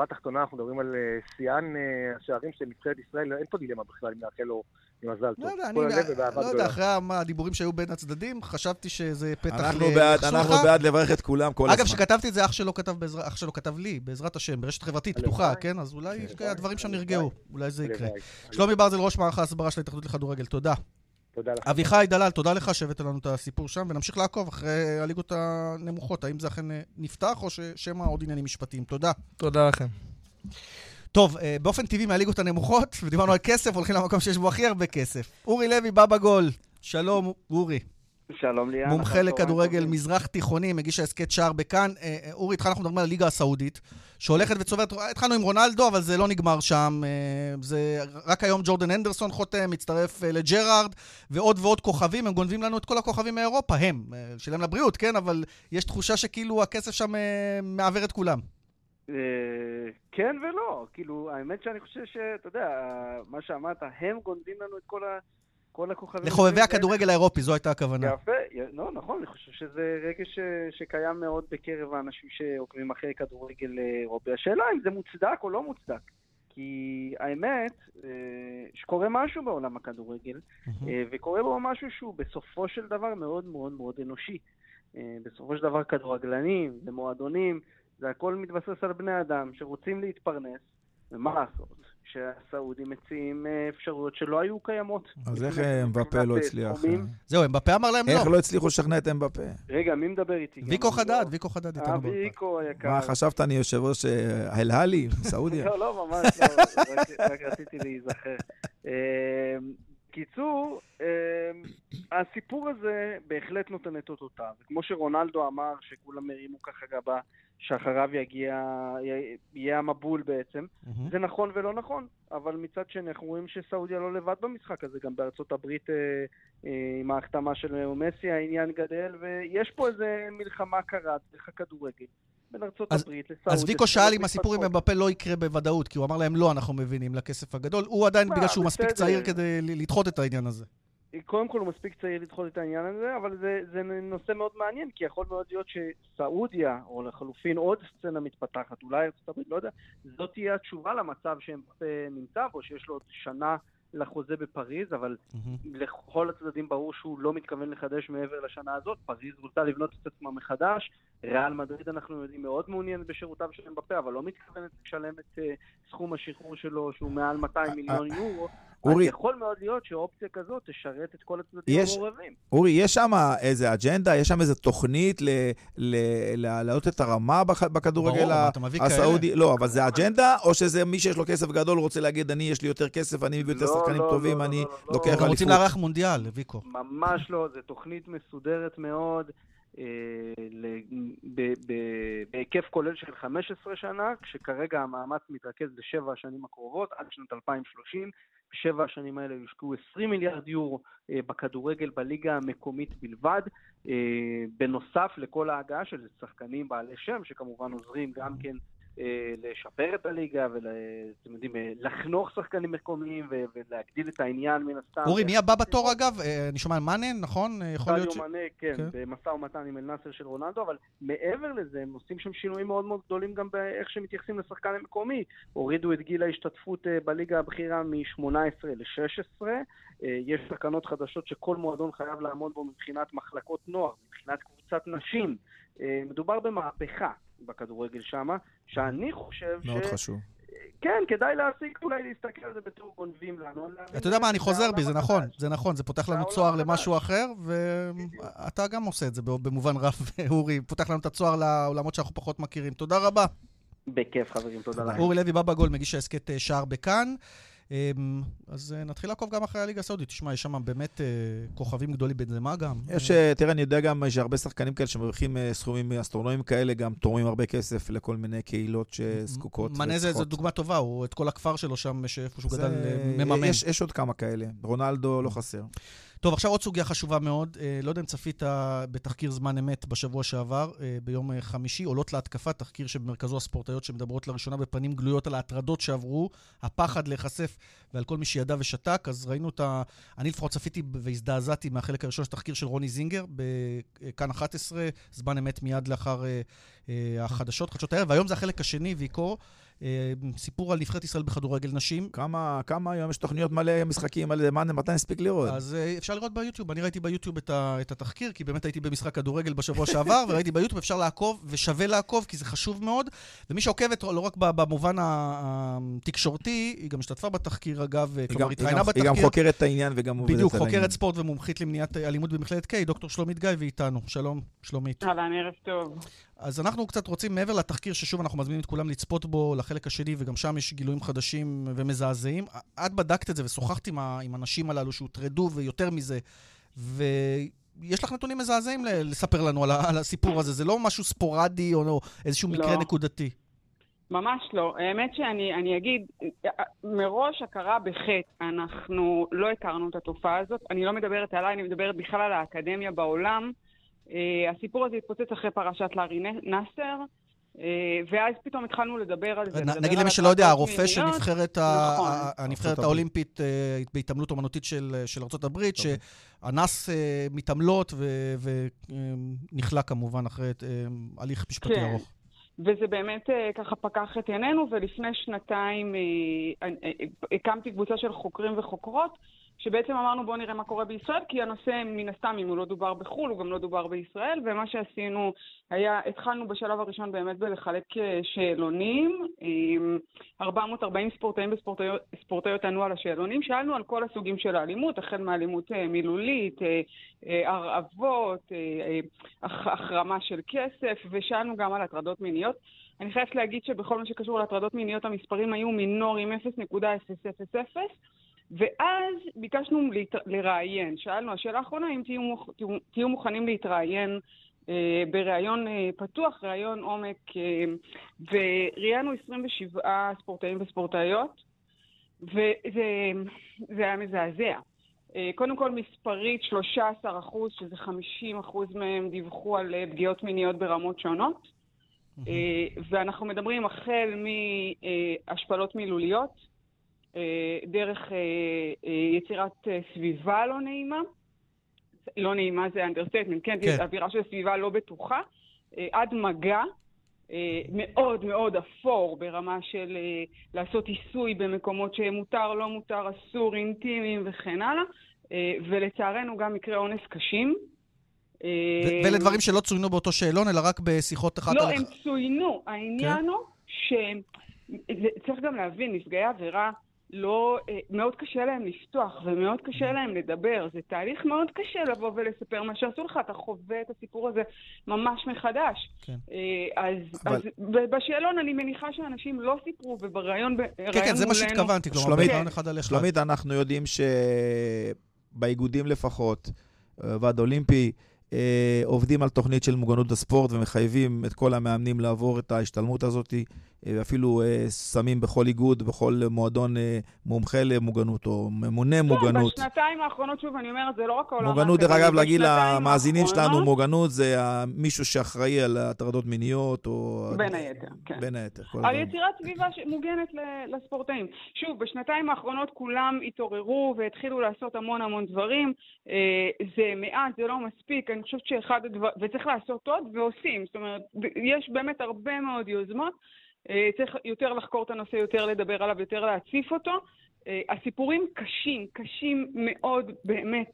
אנחנו מדברים על שיאן השערים של נבחרת ישראל, אין פה דילמה בכלל אם נאחל לו מזל טוב. לא יודע, אחרי הדיבורים שהיו בין הצדדים, חשבתי שזה פתח אנחנו בעד לברך את כולם כל הזמן. אגב, שכתבתי את זה, אח שלו כתב לי, בעזרת השם, ברשת חברתית פתוחה, כן? אז אולי הדברים שם נרגעו, אולי זה יקרה. שלומי ברזל, ראש מערך ההסברה של ההתאחדות לכדורגל, תודה. תודה לך. אביחי דלל, תודה לך שהבאת לנו את הסיפור שם, ונמשיך לעקוב אחרי הליגות הנמוכות, האם זה אכן נפתח או ששמה עוד עניינים משפטיים. תודה. תודה לכם. טוב, באופן טבעי מהליגות הנמוכות, ודיברנו על כסף, הולכים למקום שיש בו הכי הרבה כסף. אורי לוי, בבא גול. שלום, אורי. שלום ליאן. מומחה לכדורגל מזרח תיכוני, מגיש ההסכת שער בכאן. אורי, התחלנו אנחנו מדברים על הליגה הסעודית, שהולכת וצוברת, התחלנו עם רונלדו, אבל זה לא נגמר שם. זה רק היום ג'ורדן אנדרסון חותם, מצטרף לג'רארד, ועוד ועוד כוכבים, הם גונבים לנו את כל הכוכבים מאירופה, הם, שלהם לבריאות, כן? אבל יש תחושה שכאילו הכסף שם מעבר את כולם. כן ולא, כאילו, האמת שאני חושב שאתה יודע, מה שאמרת, הם גונבים לנו את כל הכוכבים. לחובבי הכדורגל האירופי, זו הייתה הכוונה. יפה, לא, נכון, אני חושב שזה רגש שקיים מאוד בקרב האנשים שעוקבים אחרי כדורגל אירופי. השאלה אם זה מוצדק או לא מוצדק, כי האמת שקורה משהו בעולם הכדורגל, וקורה בו משהו שהוא בסופו של דבר מאוד מאוד מאוד אנושי. בסופו של דבר כדורגלנים ומועדונים, זה הכל מתבסס על בני אדם שרוצים להתפרנס, ומה לעשות? שהסעודים מציעים אפשרויות שלא היו קיימות. אז איך אמבפה לא הצליח? זהו, אמבפה אמר להם לא. איך לא הצליחו לשכנע את אמבפה? רגע, מי מדבר איתי? ויקו חדד איתנו. ויקו היקר. מה, חשבת אני יושב ראש הלהלי, סעודיה? לא, ממש לא, רק רציתי להיזכר. קיצור, הסיפור הזה בהחלט נותן את אותותיו. וכמו שרונלדו אמר, שכולם מרימו ככה גבה, שאחריו יהיה המבול בעצם. זה נכון ולא נכון, אבל מצד שני אנחנו רואים שסעודיה לא לבד במשחק הזה, גם בארצות הברית עם ההחתמה של מסי העניין גדל, ויש פה איזה מלחמה קרת דרך הכדורגל. בין ארצות הברית לסעודיה. אז ויקו שאל אם הסיפור עם אמבפה לא יקרה בוודאות, כי הוא אמר להם לא, אנחנו מבינים לכסף הגדול. הוא עדיין בגלל שהוא מספיק צעיר כדי לדחות את העניין הזה. קודם כל הוא מספיק צעיר לדחות את העניין הזה, אבל זה נושא מאוד מעניין, כי יכול מאוד להיות שסעודיה, או לחלופין עוד סצנה מתפתחת, אולי ארצות הברית, לא יודע, זאת תהיה התשובה למצב שאמבפה נמצא בו, שיש לו עוד שנה לחוזה בפריז, אבל לכל הצדדים ברור שהוא לא מתכוון לחדש מעבר לשנה הזאת. פריז רוצה לבנות את עצמה מחדש. ריאל מדריד אנחנו יודעים מאוד מעוניין בשירותיו של אמבפה, אבל לא מתכוונת לשלם את סכום השחרור שלו שהוא מעל 200 מיליון יורו. אז יכול מאוד להיות שאופציה כזאת תשרת את כל הצדדים המעורבים. אורי, יש שם איזה אג'נדה, יש שם איזה תוכנית להעלות את הרמה בכדורגל הסעודי? לא, אבל זה אג'נדה, או שזה מי שיש לו כסף גדול רוצה להגיד, אני יש לי יותר כסף, אני מביא יותר שחקנים טובים, אני לוקח אליפות. רוצים לארח מונדיאל, ויקו. ממש לא, זו תוכנית מסודרת מאוד, בהיקף כולל של 15 שנה, כשכרגע המאמץ מתרכז ל7 השנים הקרובות, עד שנת 2030. ב7 השנים האלה יושקעו 20 מיליארד יורו בכדורגל בליגה המקומית בלבד, בנוסף לכל ההגעה של שחקנים בעלי שם, שכמובן עוזרים גם כן לשפר את הליגה ואתם יודעים, לחנוך שחקנים מקומיים ולהגדיל את העניין מן הסתם. אורי, מי הבא בתור אגב? אני שומע על מאנה, נכון? יכול להיות מאנה, כן, במשא ומתן עם אל-נאסר של רונלדו, אבל מעבר לזה הם עושים שם שינויים מאוד מאוד גדולים גם באיך שמתייחסים לשחקן המקומי. הורידו את גיל ההשתתפות בליגה הבכירה מ-18 ל-16. יש תקנות חדשות שכל מועדון חייב לעמוד בו מבחינת מחלקות נוער, מבחינת קבוצת נשים. מדובר במהפכה בכדורגל שמה, שאני חושב מאוד חשוב. כן, כדאי להסיק, אולי להסתכל על זה בתור גונבים לנו. אתה יודע מה, אני חוזר בי, זה נכון, זה פותח לנו צוהר למשהו אחר, ואתה גם עושה את זה במובן רב, אורי, פותח לנו את הצוהר לעולמות שאנחנו פחות מכירים. תודה רבה. בכיף חברים, תודה לכם. אורי לוי, בבא גול, מגיש ההסכת שער בכאן. אז נתחיל לעקוב גם אחרי הליגה הסעודית. תשמע, יש שם באמת כוכבים גדולים בנזמה גם. תראה, אני יודע גם שהרבה שחקנים כאלה שמרוויחים סכומים אסטרונומיים כאלה, גם תורמים הרבה כסף לכל מיני קהילות שזקוקות. מנה זו דוגמה טובה, הוא את כל הכפר שלו שם, שאיפה שהוא גדל מממן. יש עוד כמה כאלה, רונלדו לא חסר. טוב, עכשיו עוד סוגיה חשובה מאוד. לא יודע אם צפית בתחקיר זמן אמת בשבוע שעבר, ביום חמישי, עולות להתקפה, תחקיר שבמרכזו הספורטאיות שמדברות לראשונה בפנים גלויות על ההטרדות שעברו, הפחד להיחשף ועל כל מי שידע ושתק. אז ראינו אני לפחות צפיתי והזדעזעתי מהחלק הראשון של תחקיר של רוני זינגר, בכאן 11, זמן אמת מיד לאחר החדשות, חדשות הערב, והיום זה החלק השני, ויקו, סיפור על נבחרת ישראל בכדורגל נשים. כמה היום יש תוכניות מלא משחקים, מתי נספיק לראות? אז אפשר לראות ביוטיוב. אני ראיתי ביוטיוב את התחקיר, כי באמת הייתי במשחק כדורגל בשבוע שעבר, וראיתי ביוטיוב, אפשר לעקוב ושווה לעקוב, כי זה חשוב מאוד. ומי שעוקבת, לא רק במובן התקשורתי, היא גם השתתפה בתחקיר, אגב, כלומר, התראיינה בתחקיר. היא גם חוקרת את העניין וגם עובדת על העניין. בדיוק, חוקרת ספורט ומומחית למניעת אלימות במכללת קיי, דוקטור שלומית גיא, ואיתנו. שלום, שלומית. אהלן, ערב טוב. אז אנחנו קצת רוצים, מעבר לתחקיר ששוב אנחנו מזמינים את כולם לצפות בו לחלק השני, וגם שם יש גילויים חדשים ומזעזעים. את בדקת את זה ושוחחת עם אנשים הללו שהוטרדו ויותר מזה, ויש לך נתונים מזעזעים לספר לנו על הסיפור הזה. זה לא משהו ספורדי או איזשהו מקרה נקודתי. ממש לא. האמת שאני אגיד, מראש הכרה בחטא, אנחנו לא הכרנו את התופעה הזאת. אני לא מדברת עליי, אני מדברת בכלל על האקדמיה בעולם. הסיפור הזה התפוצץ אחרי פרשת לארי נאסר, ואז פתאום התחלנו לדבר על זה. נגיד למי שלא יודע, הרופא של הנבחרת האולימפית בהתעמלות אומנותית של ארצות הברית, שאנס מתעמלות ונחלה כמובן אחרי הליך משפטי ארוך. וזה באמת ככה פקח את עינינו, ולפני שנתיים הקמתי קבוצה של חוקרים וחוקרות, שבעצם אמרנו בואו נראה מה קורה בישראל, כי הנושא מן הסתם, אם הוא לא דובר בחול, הוא גם לא דובר בישראל, ומה שעשינו היה, התחלנו בשלב הראשון באמת בלחלק שאלונים, 440 ספורטאים וספורטאיות ענו על השאלונים, שאלנו על כל הסוגים של האלימות, החל מאלימות מילולית, הרעבות, החרמה של כסף, ושאלנו גם על הטרדות מיניות. אני חייבת להגיד שבכל מה שקשור להטרדות מיניות המספרים היו מינורים 0.000, ואז ביקשנו לראיין. שאלנו, השאלה האחרונה, אם תהיו מוכנים להתראיין בראיון פתוח, ראיון עומק, וראיינו 27 ספורטאים וספורטאיות, וזה היה מזעזע. קודם כל מספרית 13%, שזה 50% מהם דיווחו על פגיעות מיניות ברמות שונות, ואנחנו מדברים החל מהשפלות מילוליות, דרך יצירת סביבה לא נעימה, לא נעימה זה אנדרסטייטמנט, כן, אווירה של סביבה לא בטוחה, עד מגע מאוד מאוד אפור ברמה של לעשות עיסוי במקומות שמותר, לא מותר, אסור, אינטימיים וכן הלאה, ולצערנו גם מקרי אונס קשים. ואלה דברים שלא צוינו באותו שאלון, אלא רק בשיחות אחת על לא, הם צוינו. העניין הוא שצריך גם להבין, נפגעי עבירה לא, מאוד קשה להם לפתוח ומאוד קשה להם לדבר. זה תהליך מאוד קשה לבוא ולספר מה שעשו לך. אתה חווה את הסיפור הזה ממש מחדש. כן. אז בשאלון אני מניחה שאנשים לא סיפרו, ובראיון כן, זה מה שהתכוונתי. שלומית, אנחנו יודעים שבאיגודים לפחות, ועד אולימפי, עובדים על תוכנית של מוגנות הספורט ומחייבים את כל המאמנים לעבור את ההשתלמות הזאת, ואפילו שמים בכל איגוד, בכל מועדון מומחה למוגנות או ממונה מוגנות. בשנתיים האחרונות, שוב, אני אומרת, זה לא רק העולם. מוגנות, דרך אגב, להגיד למאזינים שלנו, מוגנות זה מישהו שאחראי על הטרדות מיניות, או... בין היתר, כן. בין היתר. על יצירת סביבה מוגנת לספורטאים. שוב, בשנתיים האחרונות כולם התעוררו והתחילו לעשות המון דברים. זה מעט, זה לא מספיק. אני חושבת שאחד הדבר... וצריך לעשות עוד ועושים. זאת אומרת, יש באמת הרבה מאוד יוזמות. צריך יותר לחקור את הנושא, יותר לדבר עליו, יותר להציף אותו. הסיפורים קשים מאוד באמת.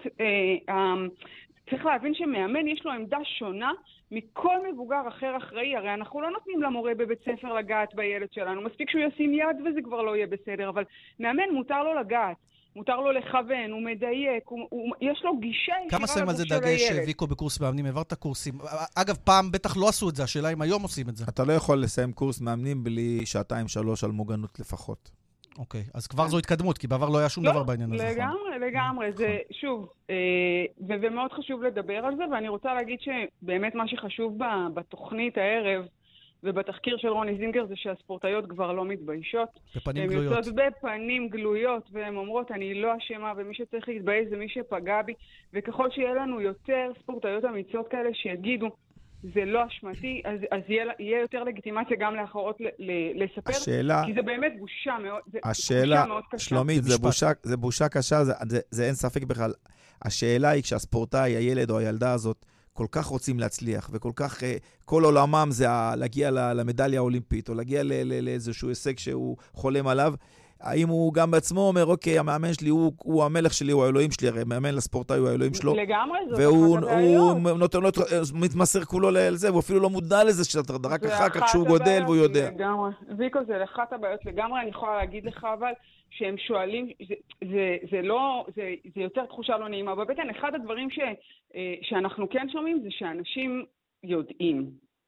צריך להבין שמאמן יש לו עמדה שונה מכל מבוגר אחר אחראי. הרי אנחנו לא נותנים למורה בבית ספר לגעת בילד שלנו. מספיק שהוא ישים יד וזה כבר לא יהיה בסדר, אבל מאמן מותר לו לגעת. מותר לו לכוון, הוא מדייק, יש לו גישה כמה שמים על זה דגש, ויקו, בקורס מאמנים? העברת קורסים. אגב, פעם בטח לא עשו את זה, השאלה אם היום עושים את זה. אתה לא יכול לסיים קורס מאמנים בלי 2-3 על מוגנות לפחות. אוקיי, אז כבר זו התקדמות, כי בעבר לא היה שום דבר בעניין הזה. לגמרי, זה שוב, ומאוד חשוב לדבר על זה, ואני רוצה להגיד שבאמת מה שחשוב בתוכנית הערב, ובתחקיר של רוני זינגר זה שהספורטאיות כבר לא מתביישות. בפנים גלויות. הן יוצאות בפנים גלויות, והן אומרות, אני לא אשמה, ומי שצריך להתבייש זה מי שפגע בי. וככל שיהיה לנו יותר ספורטאיות אמיצות כאלה שיגידו, זה לא אשמתי, אז יהיה יותר לגיטימציה גם לאחרות לספר, השאלה, כי זה באמת בושה מאוד, השאלה, שלומית, זה בושה קשה, זה אין ספק בכלל. השאלה היא כשהספורטאי, הילד או הילדה הזאת, כל כך רוצים להצליח, וכל כך, כל עולמם זה להגיע למדליה האולימפית, או להגיע לאיזשהו הישג שהוא חולם עליו, האם הוא גם בעצמו אומר, אוקיי, המאמן שלי הוא המלך שלי, הוא האלוהים שלי, הרי מאמן לספורטאי הוא האלוהים שלו. לגמרי, זאת והוא אחת הבעיות. מתמסר כולו לזה, הוא אפילו לא מודע לזה, רק אחר כך שהוא גודל והוא יודע. לגמרי. ויקו, זה אחת הבעיות לגמרי, אני יכולה להגיד לך אבל, שהם שואלים, זה יותר תחושה לא נעימה בבטן. אחד הדברים שאנחנו כן שומעים זה שאנשים יודעים.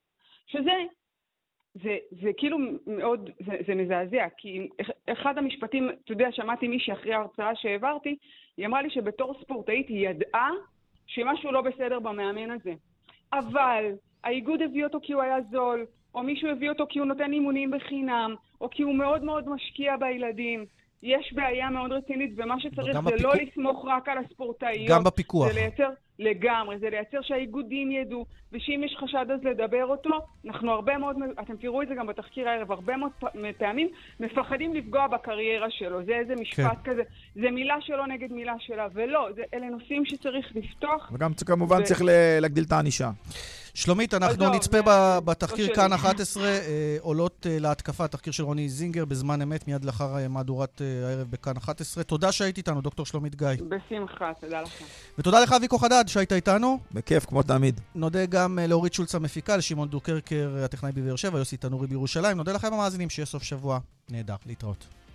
זה כאילו מאוד, זה מזעזע, כי אחד המשפטים, אתה יודע, שמעתי מישהי אחרי ההרצאה שהעברתי, היא אמרה לי שבתור ספורטאית היא ידעה שמשהו לא בסדר במאמן הזה. אבל האיגוד הביא אותו כי הוא היה זול, או מישהו הביא אותו כי הוא נותן אימונים בחינם, או כי הוא מאוד מאוד משקיע בילדים. יש בעיה מאוד רצינית, ומה שצריך זה לא לסמוך רק על הספורטאיות. גם בפיקוח. זה לייצר, לגמרי, זה לייצר שהאיגודים ידעו, ושאם יש חשד אז לדבר אותו, אנחנו הרבה מאוד, אתם תראו את זה גם בתחקיר הערב, הרבה מאוד פעמים מפחדים לפגוע בקריירה שלו. זה איזה משפט כזה, זה מילה שלו נגד מילה שלה, ולא, אלה נושאים שצריך לפתוח. וגם כמובן צריך להגדיל את הענישה. שלומית, אנחנו נצפה בתחקיר כאן 11, עולות להתקפה, תחקיר של רוני זינגר בזמן אמת, מיד לאחר מהדורת הערב בכאן 11. תודה שהיית איתנו, דוקטור שלומית גיא. בשמחה, תודה לכם. ותודה לך, ויקו חדד, שהיית איתנו. בכיף, כמו תמיד. נודה גם לאורית שולץ המפיקה, לשמעון דוקרקר, הטכנאי בבאר שבע, יוסי תנורי בירושלים. נודה לכם המאזינים, שיהיה סוף שבוע נהדר. להתראות.